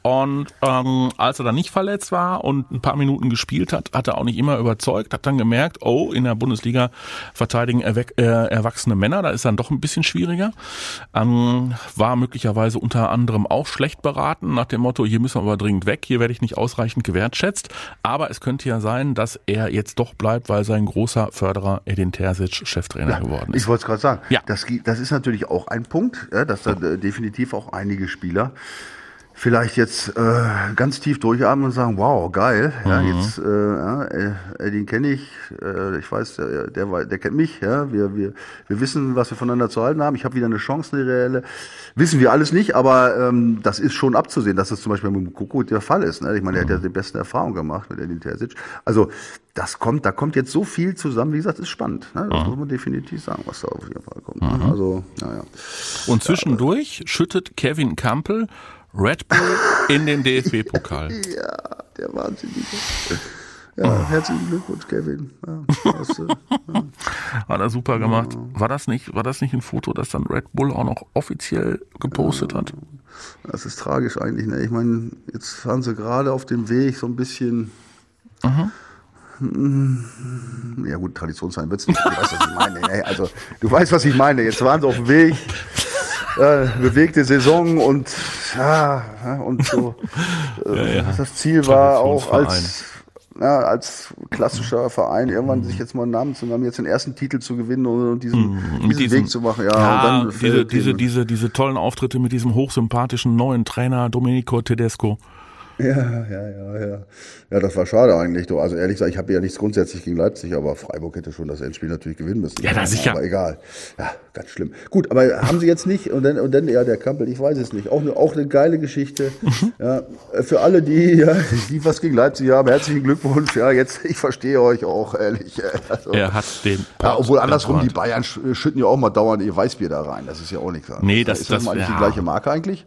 B: Und als er dann nicht verletzt war und ein paar Minuten gespielt hat, hat er auch nicht immer überzeugt, hat dann gemerkt, oh, in der Bundesliga verteidigen erwachsene Männer, da ist dann doch ein bisschen schwieriger. War möglicherweise unter anderem auch schlecht beraten, nach dem Motto, hier müssen wir aber dringend weg, hier werde ich nicht ausreichend gewertschätzt. Aber es könnte ja sein, dass er jetzt doch bleibt, weil sein großer Förderer Edin Terzic Cheftrainer geworden ist.
C: Ich wollte es gerade sagen,
B: Ja.
C: das ist natürlich auch ein Punkt, ja, dass da definitiv auch einige Spieler vielleicht jetzt ganz tief durchatmen und sagen, wow, geil, ja, jetzt den kenne ich, ich weiß, der kennt mich, ja, wir wissen, was wir voneinander zu halten haben, ich habe wieder eine Chance, eine reelle, wissen wir alles nicht, aber das ist schon abzusehen, dass das zum Beispiel mit Mukoko der Fall ist, ne? Ich meine, der hat ja die besten Erfahrungen gemacht mit Edin Terzic, also da kommt jetzt so viel zusammen, wie gesagt, ist spannend, ne? Das muss man definitiv sagen, was da auf jeden Fall kommt, ne? Also, naja.
B: Und zwischendurch schüttet Kevin Campbell Red Bull in den DFB-Pokal.
C: Ja, der Wahnsinnige. Ja, herzlichen Glückwunsch, Kevin. Ja,
B: Hat er super gemacht. War das nicht ein Foto, das dann Red Bull auch noch offiziell gepostet hat?
C: Das ist tragisch eigentlich. Ne? Ich meine, jetzt fahren sie gerade auf dem Weg so ein bisschen. Ja gut, Traditionsverein wird's nicht. Du weißt, was ich meine. Ne? Also, du weißt, was ich meine. Jetzt waren sie auf dem Weg. Bewegte Saison und so. Das Ziel war auch als klassischer Verein irgendwann sich jetzt mal einen Namen zu haben, jetzt den ersten Titel zu gewinnen und diesen Weg zu machen. Ja, und dann
B: diese tollen Auftritte mit diesem hochsympathischen neuen Trainer Domenico Tedesco.
C: Ja, das war schade eigentlich. Also ehrlich gesagt, ich habe ja nichts grundsätzlich gegen Leipzig, aber Freiburg hätte schon das Endspiel natürlich gewinnen müssen.
B: Ja, sicher.
C: Aber egal. Ja, ganz schlimm. Gut, aber haben sie jetzt nicht und dann ja, der Campbell, ich weiß es nicht. Auch eine geile Geschichte. Ja, für alle, die was gegen Leipzig haben, herzlichen Glückwunsch. Ja, jetzt, ich verstehe euch auch, ehrlich. Also,
B: er hat den
C: obwohl andersrum, die Bayern schütten ja auch mal dauernd ihr Weißbier da rein. Das ist ja auch nichts.
B: Nee,
C: ist das mal eigentlich die gleiche Marke eigentlich?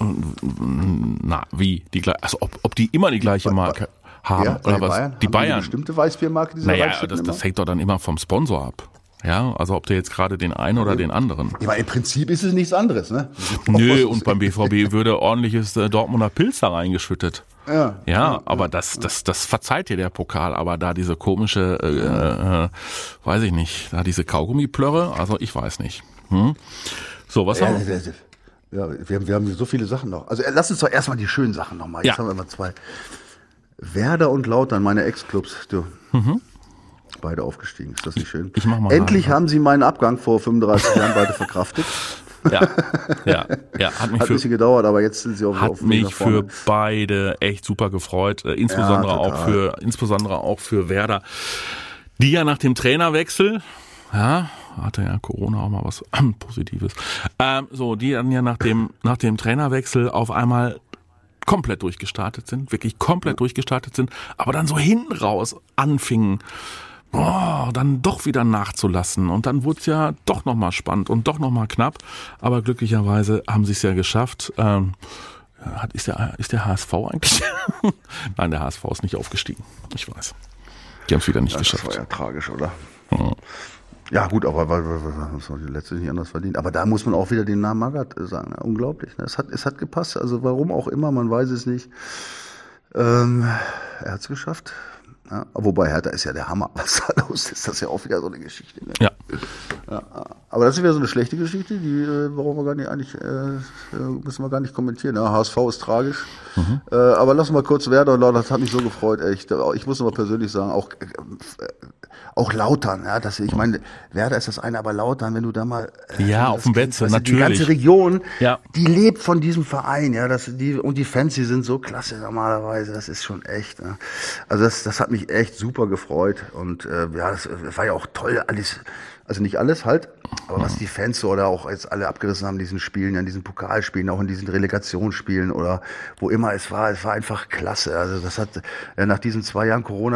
B: Na, wie? Also ob die immer die gleiche Marke haben
C: ja,
B: oder was?
C: Bayern?
B: Die Bayern.
C: Eine bestimmte Weißbiermarke, die
B: das hängt doch dann immer vom Sponsor ab. Ja, also ob der jetzt gerade den einen oder den anderen.
C: Ich meine, im Prinzip ist es nichts anderes, ne?
B: Nö, und beim BVB würde ordentliches Dortmunder Pilz da reingeschüttet. Ja, aber das verzeiht dir der Pokal, aber da diese komische, weiß ich nicht, da diese Kaugummiplörre, also ich weiß nicht. So, was haben wir?
C: Ja, wir haben so viele Sachen noch. Also lass uns doch erstmal die schönen Sachen nochmal. Jetzt haben wir mal zwei. Werder und Lautern, meine Ex-Clubs, du. Beide aufgestiegen, ist das nicht schön?
B: Ich mach mal
C: Endlich haben sie meinen Abgang vor 35 Jahren beide verkraftet.
B: Ja, hat ein
C: bisschen gedauert, aber jetzt sind sie auf
B: Hat mich für beide echt super gefreut, insbesondere auch für Werder, die ja nach dem Trainerwechsel, hatte ja Corona auch mal was Positives, die dann ja nach dem Trainerwechsel auf einmal komplett durchgestartet sind, wirklich komplett durchgestartet sind, aber dann so hinten raus anfingen, dann doch wieder nachzulassen und dann wurde es ja doch nochmal spannend und doch nochmal knapp, aber glücklicherweise haben sie es ja geschafft. Ist der HSV eigentlich? Nein, der HSV ist nicht aufgestiegen, ich weiß. Die haben es wieder nicht geschafft.
C: Das war ja tragisch, oder? Ja gut, aber weil die letztlich nicht anders verdient. Aber da muss man auch wieder den Namen Magath sagen. Unglaublich. Ne? Es hat gepasst. Also warum auch immer, man weiß es nicht. Er hat es geschafft. Ja, wobei Hertha ist ja der Hammer. Was da los ist, das ist ja auch wieder so eine Geschichte. Ne?
B: Ja.
C: Aber das ist wieder so eine schlechte Geschichte, die müssen wir gar nicht kommentieren. Ja, HSV ist tragisch. Aber lass mal kurz Werder und Lautern, das hat mich so gefreut. Echt. Ich muss aber persönlich sagen, auch Lautern, ja, ich meine, Werder ist das eine, aber Lautern, wenn du da mal
B: auf dem Betze, natürlich.
C: Die ganze Region,
B: ja,
C: die lebt von diesem Verein, ja, und die Fans, die sind so klasse normalerweise, das ist schon echt. Ja. Also das hat mich echt super gefreut und das war ja auch toll, alles. Also nicht alles halt, aber was die Fans so oder auch jetzt alle abgerissen haben in diesen Spielen, in diesen Pokalspielen, auch in diesen Relegationsspielen oder wo immer es war einfach klasse. Also das hat nach diesen 2 Jahren Corona,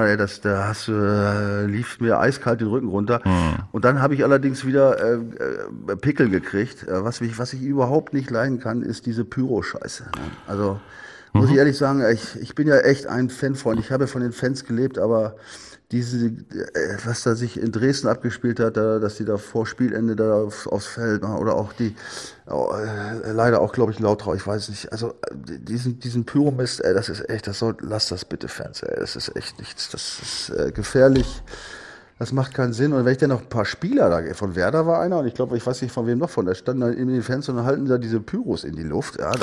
C: lief mir eiskalt den Rücken runter. Und dann habe ich allerdings wieder Pickel gekriegt. Was ich überhaupt nicht leiden kann, ist diese Pyro-Scheiße. Also muss ich ehrlich sagen, ich bin ja echt ein Fanfreund. Ich habe von den Fans gelebt, aber was da sich in Dresden abgespielt hat, dass die da vor Spielende da aufs Feld, oder auch leider auch, glaube ich, Lautrau, ich weiß nicht, also diesen Pyromist, das ist echt, lasst das bitte, Fans, das ist echt nichts, das ist gefährlich. Das macht keinen Sinn. Und wenn ich dann noch ein paar Spieler da, von Werder war einer, und ich weiß nicht von wem noch da standen da in den Fans und halten da diese Pyros in die Luft. Ja,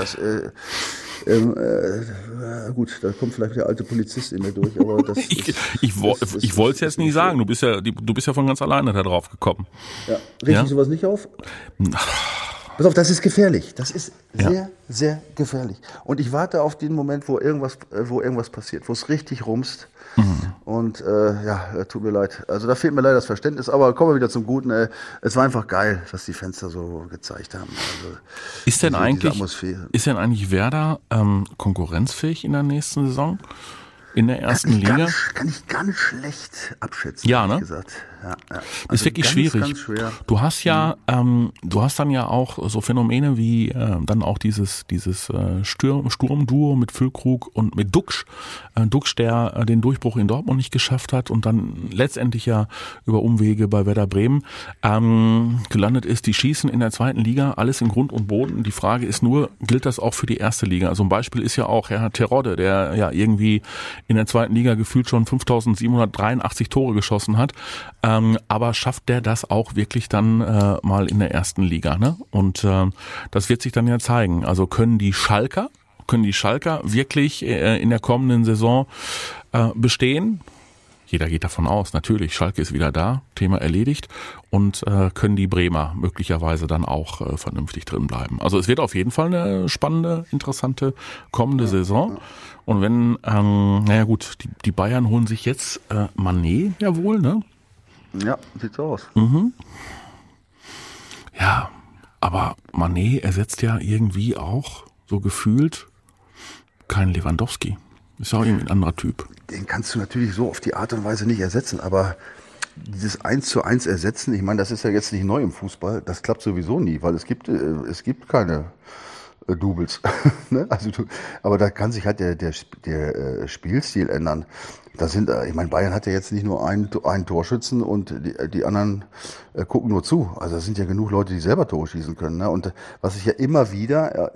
C: gut, da kommt vielleicht der alte Polizist in mir durch, aber das
B: ich wollte es jetzt nicht sagen. Du bist ja von ganz alleine da drauf gekommen.
C: Ja, richte ich sowas nicht auf? Pass auf, das ist gefährlich. Das ist sehr, sehr gefährlich. Und ich warte auf den Moment, wo irgendwas passiert, wo es richtig rumst. Und tut mir leid. Also da fehlt mir leider das Verständnis, aber kommen wir wieder zum Guten. Es war einfach geil, was die Fenster so gezeigt haben. Also,
B: ist denn eigentlich Werder konkurrenzfähig in der nächsten Saison? In der ersten Liga?
C: Kann ich ganz schlecht abschätzen.
B: Ja, ne?
C: Gesagt. Ja. Also
B: ist wirklich schwierig.
C: Ganz schwer.
B: Du hast dann ja auch so Phänomene wie dann auch dieses Sturmduo mit Füllkrug und mit Duxch. Duxch, der den Durchbruch in Dortmund nicht geschafft hat und dann letztendlich ja über Umwege bei Werder Bremen gelandet ist. Die schießen in der zweiten Liga alles in Grund und Boden. Die Frage ist nur, gilt das auch für die erste Liga? Also ein Beispiel ist ja auch Herr Terodde, der ja irgendwie in der zweiten Liga gefühlt schon 5.783 Tore geschossen hat. Aber schafft der das auch wirklich dann mal in der ersten Liga? Ne? Und das wird sich dann ja zeigen. Also können die Schalker wirklich in der kommenden Saison bestehen? Jeder geht davon aus, natürlich, Schalke ist wieder da, Thema erledigt. Und können die Bremer möglicherweise dann auch vernünftig drin bleiben. Also es wird auf jeden Fall eine spannende, interessante kommende Saison. Und wenn, die Bayern holen sich jetzt Mané ja wohl, ne?
C: Ja, sieht so aus.
B: Mhm. Ja, aber Mané ersetzt ja irgendwie auch so gefühlt keinen Lewandowski. Ist ja auch irgendwie ein anderer Typ.
C: Den kannst du natürlich so auf die Art und Weise nicht ersetzen, aber dieses 1:1 ersetzen, ich meine, das ist ja jetzt nicht neu im Fußball, das klappt sowieso nie, weil es gibt keine Doubles. Ne? Aber da kann sich halt der Spielstil ändern. Ich meine, Bayern hat ja jetzt nicht nur einen Torschützen und die anderen gucken nur zu. Also das sind ja genug Leute, die selber Tore schießen können. Ne? Und was ich ja immer wieder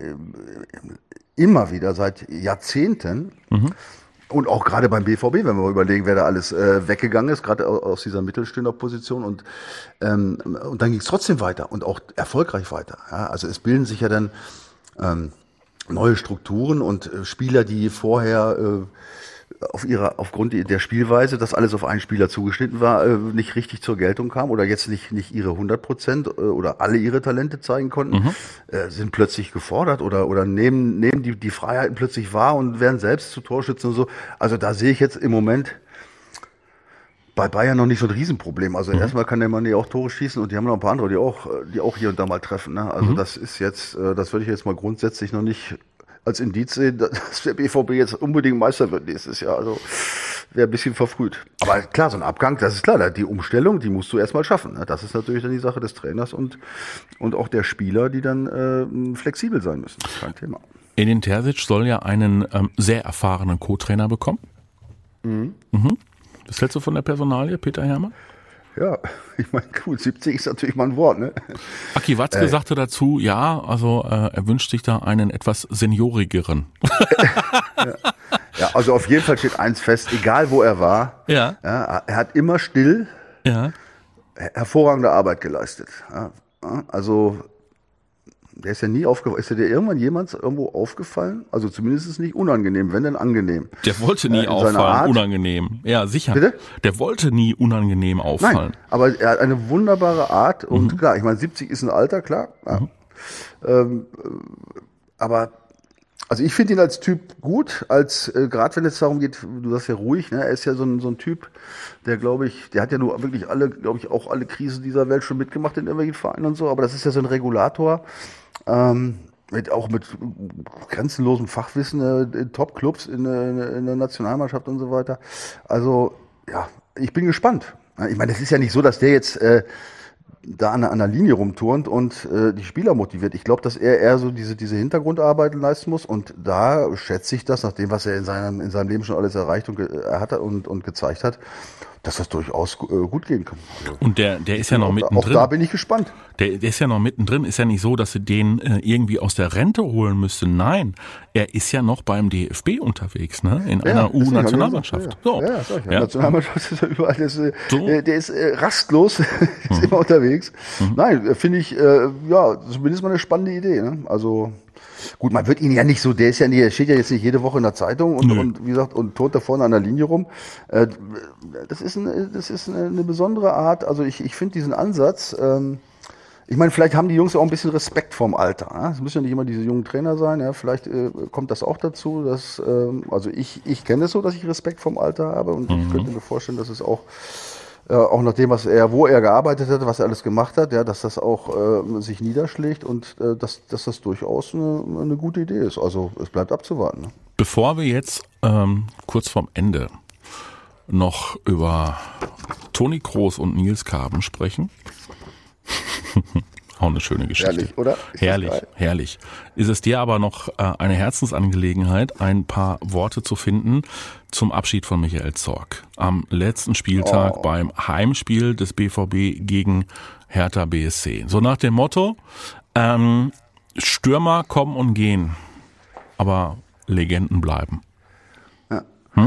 C: seit Jahrzehnten und auch gerade beim BVB, wenn wir mal überlegen, wer da alles weggegangen ist, gerade aus dieser Mittelstürmerposition und dann ging es trotzdem weiter und auch erfolgreich weiter. Ja? Also es bilden sich ja dann neue Strukturen und Spieler, die vorher aufgrund der Spielweise, dass alles auf einen Spieler zugeschnitten war, nicht richtig zur Geltung kam oder jetzt nicht ihre 100% oder alle ihre Talente zeigen konnten, sind plötzlich gefordert oder nehmen die Freiheiten plötzlich wahr und werden selbst zu Torschützen und so. Also da sehe ich jetzt im Moment bei Bayern noch nicht so ein Riesenproblem. Also erstmal kann der Mann ja auch Tore schießen und die haben noch ein paar andere, die auch hier und da mal treffen. Ne? Also das ist jetzt, das würde ich jetzt mal grundsätzlich noch nicht als Indiz sehen, dass der BVB jetzt unbedingt Meister wird nächstes Jahr. Also wäre ein bisschen verfrüht. Aber klar, so ein Abgang, das ist klar, die Umstellung, die musst du erstmal schaffen. Ne? Das ist natürlich dann die Sache des Trainers und auch der Spieler, die dann flexibel sein müssen. Kein Thema.
B: Edin Terzic soll ja einen sehr erfahrenen Co-Trainer bekommen. Was hältst du von der Personalie, Peter Herrmann?
C: Ja, ich meine, gut, 70 ist natürlich mal ein Wort, ne?
B: Aki Watzke sagte dazu, ja, also er wünscht sich da einen etwas seniorigeren.
C: Ja, also auf jeden Fall steht eins fest, egal wo er war, er hat immer still hervorragende Arbeit geleistet. Ja, also der ist ja nie aufgefallen. Ist dir irgendwann jemand irgendwo aufgefallen? Also zumindest ist es nicht unangenehm, wenn denn angenehm.
B: Der wollte nie auffallen, unangenehm. Ja, sicher.
C: Bitte?
B: Der wollte nie unangenehm auffallen.
C: Nein, aber er hat eine wunderbare Art und klar, ich meine, 70 ist ein Alter, klar. Ja. Aber also ich finde ihn als Typ gut, gerade wenn es darum geht, du sagst ja ruhig, ne? Er ist ja so ein Typ, der der hat ja nur wirklich auch alle Krisen dieser Welt schon mitgemacht in irgendwelchen Vereinen und so, aber das ist ja so ein Regulator, mit grenzenlosem Fachwissen in Top-Clubs in der Nationalmannschaft und so weiter. Also ja, ich bin gespannt. Ich meine, es ist ja nicht so, dass der jetzt da an der Linie rumturnt und die Spieler motiviert. Ich glaube, dass er eher so diese Hintergrundarbeit leisten muss und da schätze ich das, nach dem, was er in seinem Leben schon alles erreicht und gezeigt hat, dass das durchaus gut gehen kann. Also,
B: und der ist ja noch mittendrin.
C: Auch da bin ich gespannt.
B: Der ist ja noch mittendrin. Ist ja nicht so, dass sie den irgendwie aus der Rente holen müssten. Nein, er ist ja noch beim DFB unterwegs, ne? In einer U-Nationalmannschaft.
C: So. Ja, sag ich ja. Nationalmannschaft ist ja überall. Der ist rastlos, ist immer unterwegs. Nein, finde ich, zumindest mal eine spannende Idee. Ne? Also gut, man wird ihn ja nicht so, der steht ja jetzt nicht jede Woche in der Zeitung und wie gesagt, und tot da vorne an der Linie rum. Das ist eine besondere Art. Also ich finde diesen Ansatz, ich meine, vielleicht haben die Jungs auch ein bisschen Respekt vorm Alter. Ne? Es müssen ja nicht immer diese jungen Trainer sein. Ja? Vielleicht kommt das auch dazu, dass, also ich kenne es so, dass ich Respekt vorm Alter habe und ich könnte mir vorstellen, dass es auch nach dem, wo er gearbeitet hat, was er alles gemacht hat, ja, dass das auch sich niederschlägt und dass das durchaus eine gute Idee ist. Also es bleibt abzuwarten. Ne?
B: Bevor wir jetzt kurz vorm Ende noch über Toni Kroos und Nils Kaben sprechen. Auch eine schöne Geschichte.
C: Herrlich, oder?
B: Herrlich. Ist es dir aber noch eine Herzensangelegenheit, ein paar Worte zu finden zum Abschied von Michael Zorc am letzten Spieltag beim Heimspiel des BVB gegen Hertha BSC. So nach dem Motto, Stürmer kommen und gehen, aber Legenden bleiben.
C: Ja.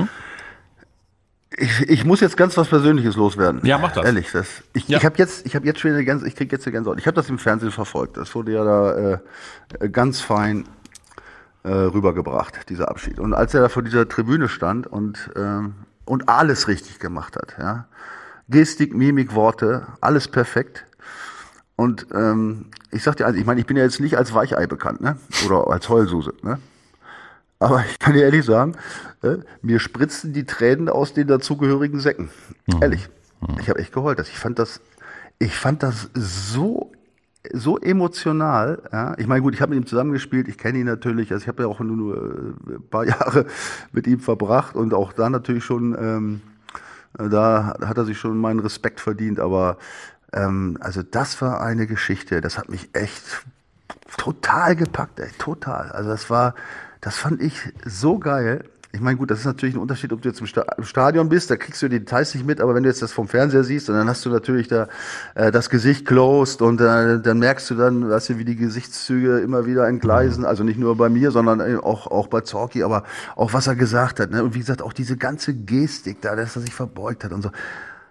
C: Ich muss jetzt ganz was Persönliches loswerden.
B: Ja, mach das.
C: Ehrlich, ich krieg jetzt eine Gänsehaut. Ich habe das im Fernsehen verfolgt. Das wurde ja da ganz fein rübergebracht, dieser Abschied. Und als er da vor dieser Tribüne stand und alles richtig gemacht hat, ja, Gestik, Mimik, Worte, alles perfekt. Und ich sag dir eins, ich meine, ich bin ja jetzt nicht als Weichei bekannt, ne? Oder als Heulsuse, ne? Aber ich kann dir ehrlich sagen, mir spritzten die Tränen aus den dazugehörigen Säcken. Ehrlich. Ich habe echt geheult. Ich fand das so emotional. Ja. Ich meine, gut, ich habe mit ihm zusammengespielt. Ich kenne ihn natürlich. Also ich habe ja auch nur ein paar Jahre mit ihm verbracht und auch da natürlich schon, da hat er sich schon meinen Respekt verdient. Aber also das war eine Geschichte. Das hat mich echt total gepackt. Total. Also das fand ich so geil. Ich meine, gut, das ist natürlich ein Unterschied, ob du jetzt im Stadion bist, da kriegst du die Details nicht mit, aber wenn du jetzt das vom Fernseher siehst und dann hast du natürlich da das Gesicht closed und dann merkst du dann, weißt du, wie die Gesichtszüge immer wieder entgleisen, also nicht nur bei mir, sondern auch bei Zorci, aber auch was er gesagt hat, ne? Und wie gesagt, auch diese ganze Gestik da, dass er sich verbeugt hat und so.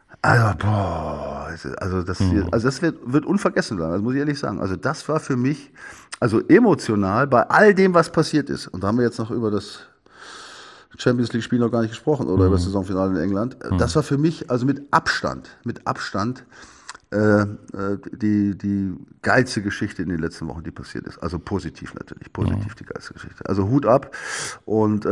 C: Also, das wird unvergessen bleiben, das muss ich ehrlich sagen. Also das war für mich, also emotional, bei all dem, was passiert ist, und da haben wir jetzt noch über das Champions League Spiel noch gar nicht gesprochen oder über das Saisonfinale in England. Das war für mich, also mit Abstand, die geilste Geschichte in den letzten Wochen, die passiert ist. Also positiv natürlich, die geilste Geschichte. Also Hut ab und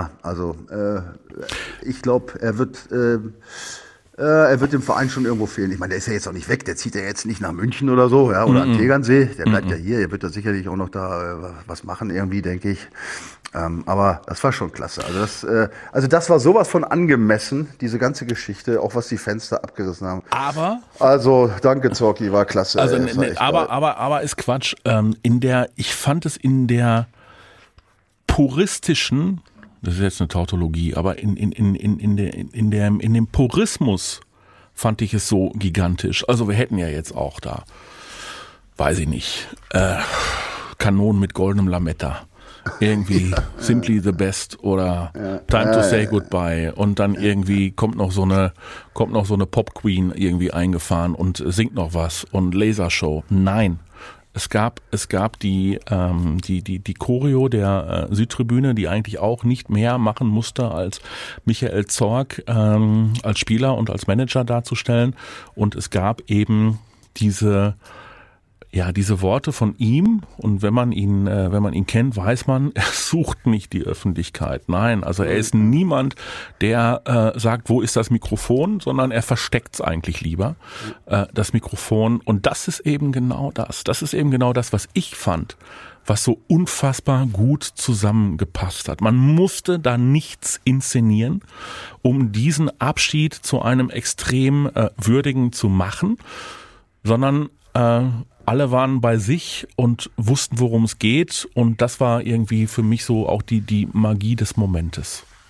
C: ich glaube, er wird dem Verein schon irgendwo fehlen. Ich meine, der ist ja jetzt auch nicht weg, der zieht ja jetzt nicht nach München oder so, ja, oder an Tegernsee, der bleibt ja hier, er wird da sicherlich auch noch da was machen irgendwie, denke ich. Aber das war schon klasse. Also das war sowas von angemessen, diese ganze Geschichte, auch was die Fans da abgerissen haben. Also danke Zorci, war klasse.
B: Also aber ist Quatsch. Ich fand es in der puristischen, das ist jetzt eine Tautologie, aber in dem Purismus fand ich es so gigantisch. Also wir hätten ja jetzt auch da, weiß ich nicht, Kanonen mit goldenem Lametta. Irgendwie Simply the Best oder Time to Say Goodbye und dann irgendwie kommt noch so eine Pop Queen irgendwie eingefahren und singt noch was und Lasershow. Nein. Es gab die Choreo der Südtribüne, die eigentlich auch nicht mehr machen musste, als Michael Zorc als Spieler und als Manager darzustellen. Und es gab eben diese Worte von ihm, und wenn man ihn kennt, weiß man, er sucht nicht die Öffentlichkeit. Nein, also er ist niemand, der sagt, wo ist das Mikrofon, sondern er versteckt es eigentlich lieber, das Mikrofon. Und das ist eben genau das. Das ist eben genau das, was ich fand, was so unfassbar gut zusammengepasst hat. Man musste da nichts inszenieren, um diesen Abschied zu einem extrem würdigen zu machen, sondern alle waren bei sich und wussten, worum es geht, und das war irgendwie für mich so auch die Magie des Momentes.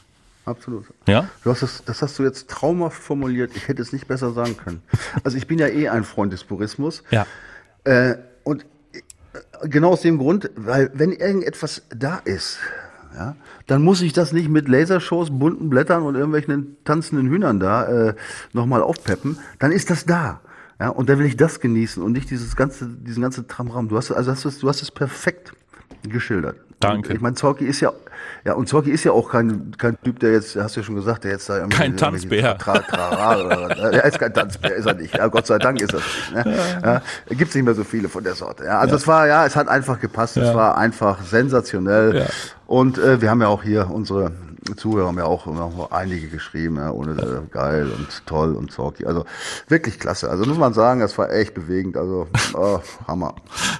C: Absolut.
B: Ja?
C: Das hast du jetzt traumhaft formuliert. Ich hätte es nicht besser sagen können. Also ich bin ja ein Freund des Purismus.
B: Ja.
C: Und genau aus dem Grund, weil wenn irgendetwas da ist, ja, dann muss ich das nicht mit Lasershows, bunten Blättern und irgendwelchen tanzenden Hühnern da nochmal aufpeppen. Dann ist das da. Ja, und dann will ich das genießen und nicht diesen ganzen Tramram. Du hast es perfekt geschildert.
B: Danke.
C: Und ich meine, Zorki ist ja auch kein Typ, der jetzt, hast du ja schon gesagt, der jetzt da irgendwie
B: kein Tanzbär.
C: Er ist kein Tanzbär, ist er nicht. Ja, Gott sei Dank ist er nicht. Ne? Ja, gibt's nicht mehr so viele von der Sorte. Ja, also es hat einfach gepasst. Es war einfach sensationell. Ja. Und wir haben ja auch hier unsere Zuhörer haben ja auch einige geschrieben, ja, ohne geil und toll und Zorki. Also wirklich klasse. Also muss man sagen, das war echt bewegend. Also Hammer.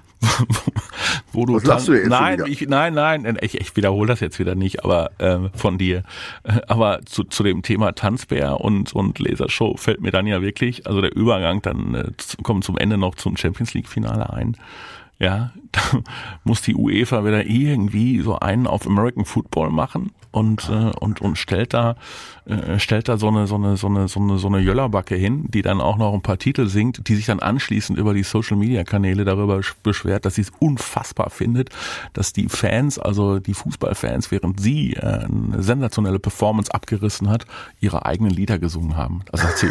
B: Was lachst du jetzt? Nein, ich wiederhole das jetzt wieder nicht, aber von dir. Aber zu dem Thema Tanzbär und Lasershow fällt mir dann ja wirklich, also der Übergang dann kommt zum Ende noch zum Champions League Finale ein. Ja, da muss die UEFA wieder irgendwie so einen auf American Football machen und stellt da so eine Jöllerbacke hin, die dann auch noch ein paar Titel singt, die sich dann anschließend über die Social Media Kanäle darüber beschwert, dass sie es unfassbar findet, dass die Fans, also die Fußballfans, während sie eine sensationelle Performance abgerissen hat, ihre eigenen Lieder gesungen haben. Das sagt sie.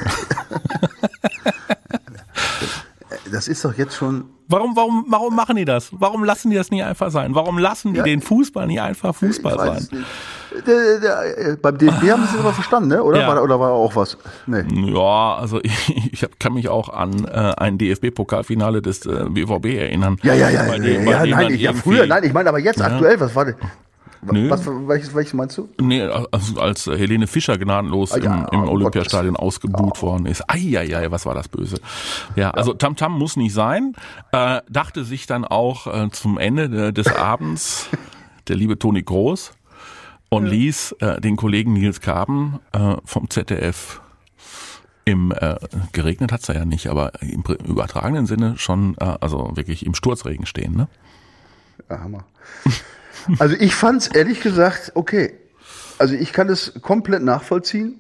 C: Das ist doch jetzt schon.
B: Warum machen die das? Warum lassen die das nicht einfach sein? Warum lassen die den Fußball nicht einfach Fußball sein?
C: Beim DFB haben sie es aber verstanden, ne? Oder?
B: Ja.
C: Oder war auch was? Nee.
B: Ja, also ich kann mich auch an ein DFB-Pokalfinale des BVB erinnern.
C: Ja. Früher, ich meine aber jetzt aktuell, was war denn?
B: Nö.
C: Welches meinst du?
B: Nee, also als Helene Fischer gnadenlos im Olympiastadion ausgebuht worden ist. Eieiei, was war das böse. Ja, also Tamtam muss nicht sein. Dachte sich dann auch zum Ende des Abends der liebe Toni Groß und ließ den Kollegen Nils Kaben vom ZDF geregnet hat's da ja nicht, aber im übertragenen Sinne schon, also wirklich im Sturzregen stehen, ne?
C: Ja, Hammer. Also ich fand's ehrlich gesagt okay. Also ich kann es komplett nachvollziehen.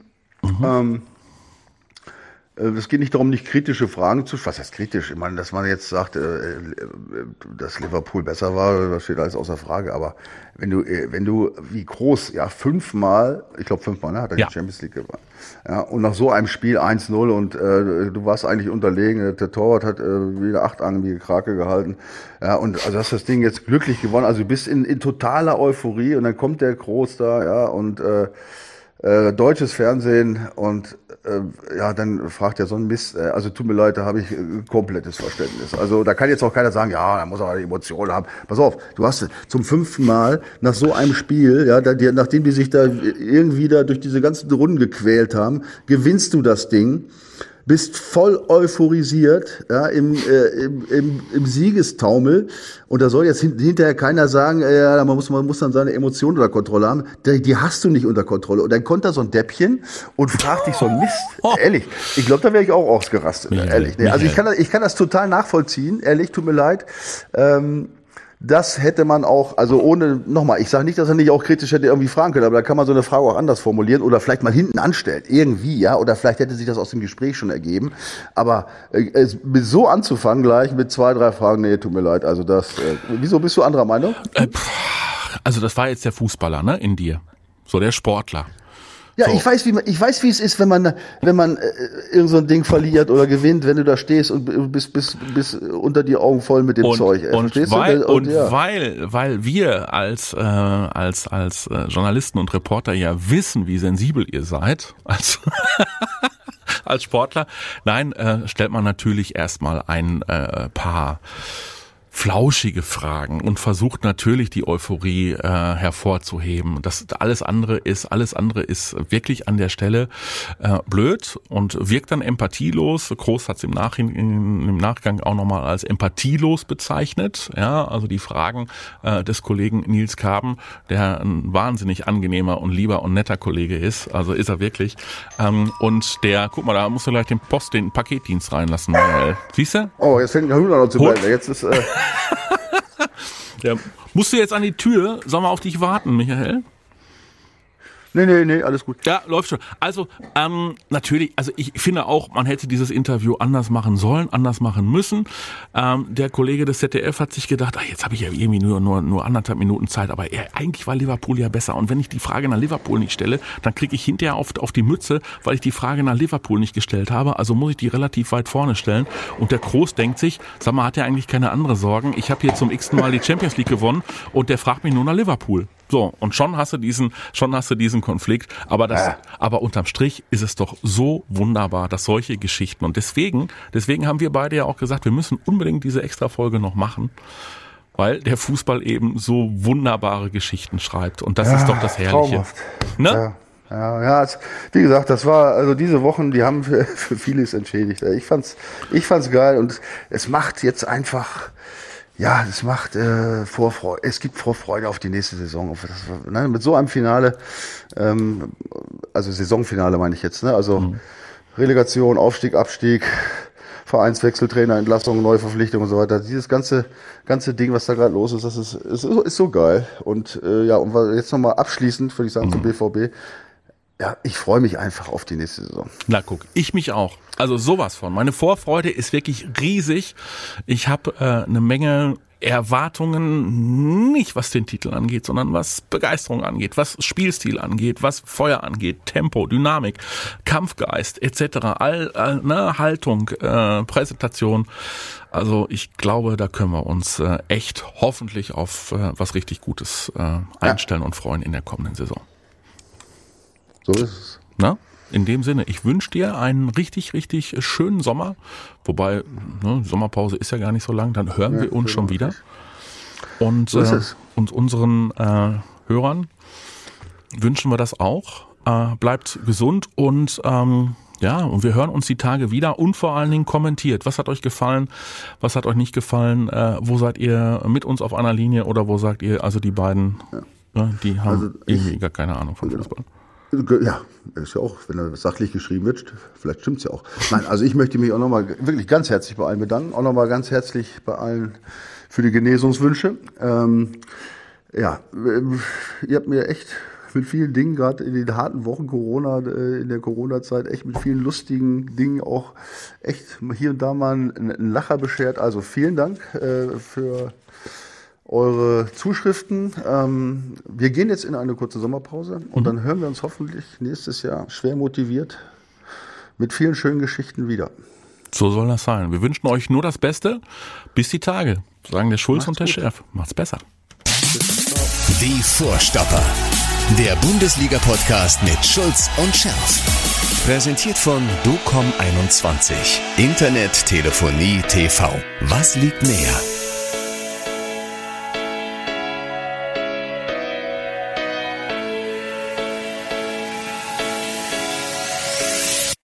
C: Es geht nicht darum, nicht kritische Fragen zu stellen. Was heißt kritisch? Ich meine, dass man jetzt sagt, dass Liverpool besser war, das steht alles außer Frage. Aber wenn du wie groß, ja, fünfmal, ne, hat er die Champions League gewonnen. Ja, und nach so einem Spiel 1-0 und du warst eigentlich unterlegen, der Torwart hat wieder 8 an wie Krake gehalten. Ja, und also hast das Ding jetzt glücklich gewonnen. Also du bist in totaler Euphorie und dann kommt der Groß da, ja, und deutsches Fernsehen und dann fragt er so ein Mist, also tut mir leid, da habe ich komplettes Verständnis. Also da kann jetzt auch keiner sagen, ja, da muss er eine Emotion haben. Pass auf, du hast zum 5. Mal nach so einem Spiel, ja, nachdem die sich da irgendwie da durch diese ganzen Runden gequält haben, gewinnst du das Ding, bist voll euphorisiert, ja, im Siegestaumel, und da soll jetzt hinterher keiner sagen, man muss dann seine Emotionen unter Kontrolle haben. Die hast du nicht unter Kontrolle. Und dann kommt da so ein Deppchen und fragt dich so ein Mist. Ehrlich, ich glaube, da wäre ich auch ausgerastet. Ehrlich. Nee, also ich kann das total nachvollziehen. Ehrlich, tut mir leid. Das hätte man auch, also ohne, nochmal, ich sage nicht, dass er nicht auch kritisch hätte irgendwie fragen können, aber da kann man so eine Frage auch anders formulieren oder vielleicht mal hinten anstellen, irgendwie, ja, oder vielleicht hätte sich das aus dem Gespräch schon ergeben, aber so anzufangen gleich mit 2, 3 Fragen, nee, tut mir leid, also wieso bist du anderer Meinung?
B: Also das war jetzt der Fußballer, ne, in dir, so der Sportler.
C: Ja, so. Ich weiß, wie es ist, wenn man irgend so ein Ding verliert oder gewinnt, wenn du da stehst und bist unter die Augen voll mit dem Zeug.
B: Weil wir als Journalisten und Reporter ja wissen, wie sensibel ihr seid, als Sportler, stellt man natürlich erstmal ein paar flauschige Fragen und versucht natürlich die Euphorie hervorzuheben. Alles andere ist wirklich an der Stelle blöd und wirkt dann empathielos. Groß hat es im Nachgang auch nochmal als empathielos bezeichnet. Ja, also die Fragen des Kollegen Nils Kaben, der ein wahnsinnig angenehmer und lieber und netter Kollege ist. Also ist er wirklich. Und guck mal, da musst du gleich den Paketdienst reinlassen, Manuel. Siehst du?
C: Oh, jetzt fängt der Hühner noch zu bellen. Jetzt ist
B: Ja. Musst du jetzt an die Tür? Sollen wir auf dich warten, Michael?
C: Nee, alles gut.
B: Ja, läuft schon. Also, natürlich, also ich finde auch, man hätte dieses Interview anders machen sollen, anders machen müssen. Der Kollege des ZDF hat sich gedacht, jetzt habe ich ja irgendwie nur 1,5 Minuten Zeit, aber eigentlich war Liverpool ja besser. Und wenn ich die Frage nach Liverpool nicht stelle, dann kriege ich hinterher auf die Mütze, weil ich die Frage nach Liverpool nicht gestellt habe. Also muss ich die relativ weit vorne stellen. Und der Kroos denkt sich, sag mal, hat er eigentlich keine andere Sorgen? Ich habe hier zum x-ten Mal die Champions League gewonnen und der fragt mich nur nach Liverpool. So, und schon hast du diesen Konflikt, aber unterm Strich ist es doch so wunderbar, dass solche Geschichten, und deswegen haben wir beide ja auch gesagt, wir müssen unbedingt diese Extra-Folge noch machen, weil der Fußball eben so wunderbare Geschichten schreibt, und das ist doch das Herrliche.
C: Traumhaft.
B: Ne?
C: Ja, wie gesagt, das war, also diese Wochen, die haben für vieles entschädigt. Ich fand's geil, und es macht jetzt einfach, es macht Vorfreude. Es gibt Vorfreude auf die nächste Saison. Mit so einem Finale, also Saisonfinale meine ich jetzt, ne? Also Relegation, Aufstieg, Abstieg, Vereinswechsel, Trainerentlassung, Neuverpflichtung und so weiter. Dieses ganze Ding, was da gerade los ist, das ist so geil. Und und jetzt nochmal abschließend, würde ich sagen, zum BVB. Ja, ich freue mich einfach auf die nächste Saison.
B: Na guck, ich mich auch. Also sowas von. Meine Vorfreude ist wirklich riesig. Ich habe eine Menge Erwartungen, nicht was den Titel angeht, sondern was Begeisterung angeht, was Spielstil angeht, was Feuer angeht, Tempo, Dynamik, Kampfgeist etc. Haltung, Präsentation. Also ich glaube, da können wir uns echt hoffentlich auf was richtig Gutes einstellen und freuen in der kommenden Saison.
C: So ist es.
B: Na? In dem Sinne, ich wünsche dir einen richtig, richtig schönen Sommer. Wobei, Sommerpause ist ja gar nicht so lang, dann hören wir uns schon wieder. Und,
C: so ist es.
B: Und unseren Hörern wünschen wir das auch. Bleibt gesund und und wir hören uns die Tage wieder, und vor allen Dingen kommentiert. Was hat euch gefallen? Was hat euch nicht gefallen? Wo seid ihr mit uns auf einer Linie, oder wo sagt ihr, also die beiden, die haben irgendwie gar keine Ahnung von Fußball?
C: Ja, ist ja auch, wenn er sachlich geschrieben wird, vielleicht stimmt's ja auch. Nein, also ich möchte mich auch nochmal wirklich ganz herzlich bei allen bedanken, auch nochmal ganz herzlich bei allen für die Genesungswünsche. Ihr habt mir echt mit vielen Dingen, gerade in den harten Wochen in der Corona-Zeit, echt mit vielen lustigen Dingen auch echt hier und da mal einen Lacher beschert. Also vielen Dank für eure Zuschriften. Wir gehen jetzt in eine kurze Sommerpause, und dann hören wir uns hoffentlich nächstes Jahr schwer motiviert mit vielen schönen Geschichten wieder.
B: So soll das sein. Wir wünschen euch nur das Beste. Bis die Tage, sagen der Schulz und der Schärf. Macht's besser.
A: Die Vorstopper. Der Bundesliga-Podcast mit Schulz und Scherf. Präsentiert von DOCOM21. Internet, Telefonie, TV. Was liegt näher?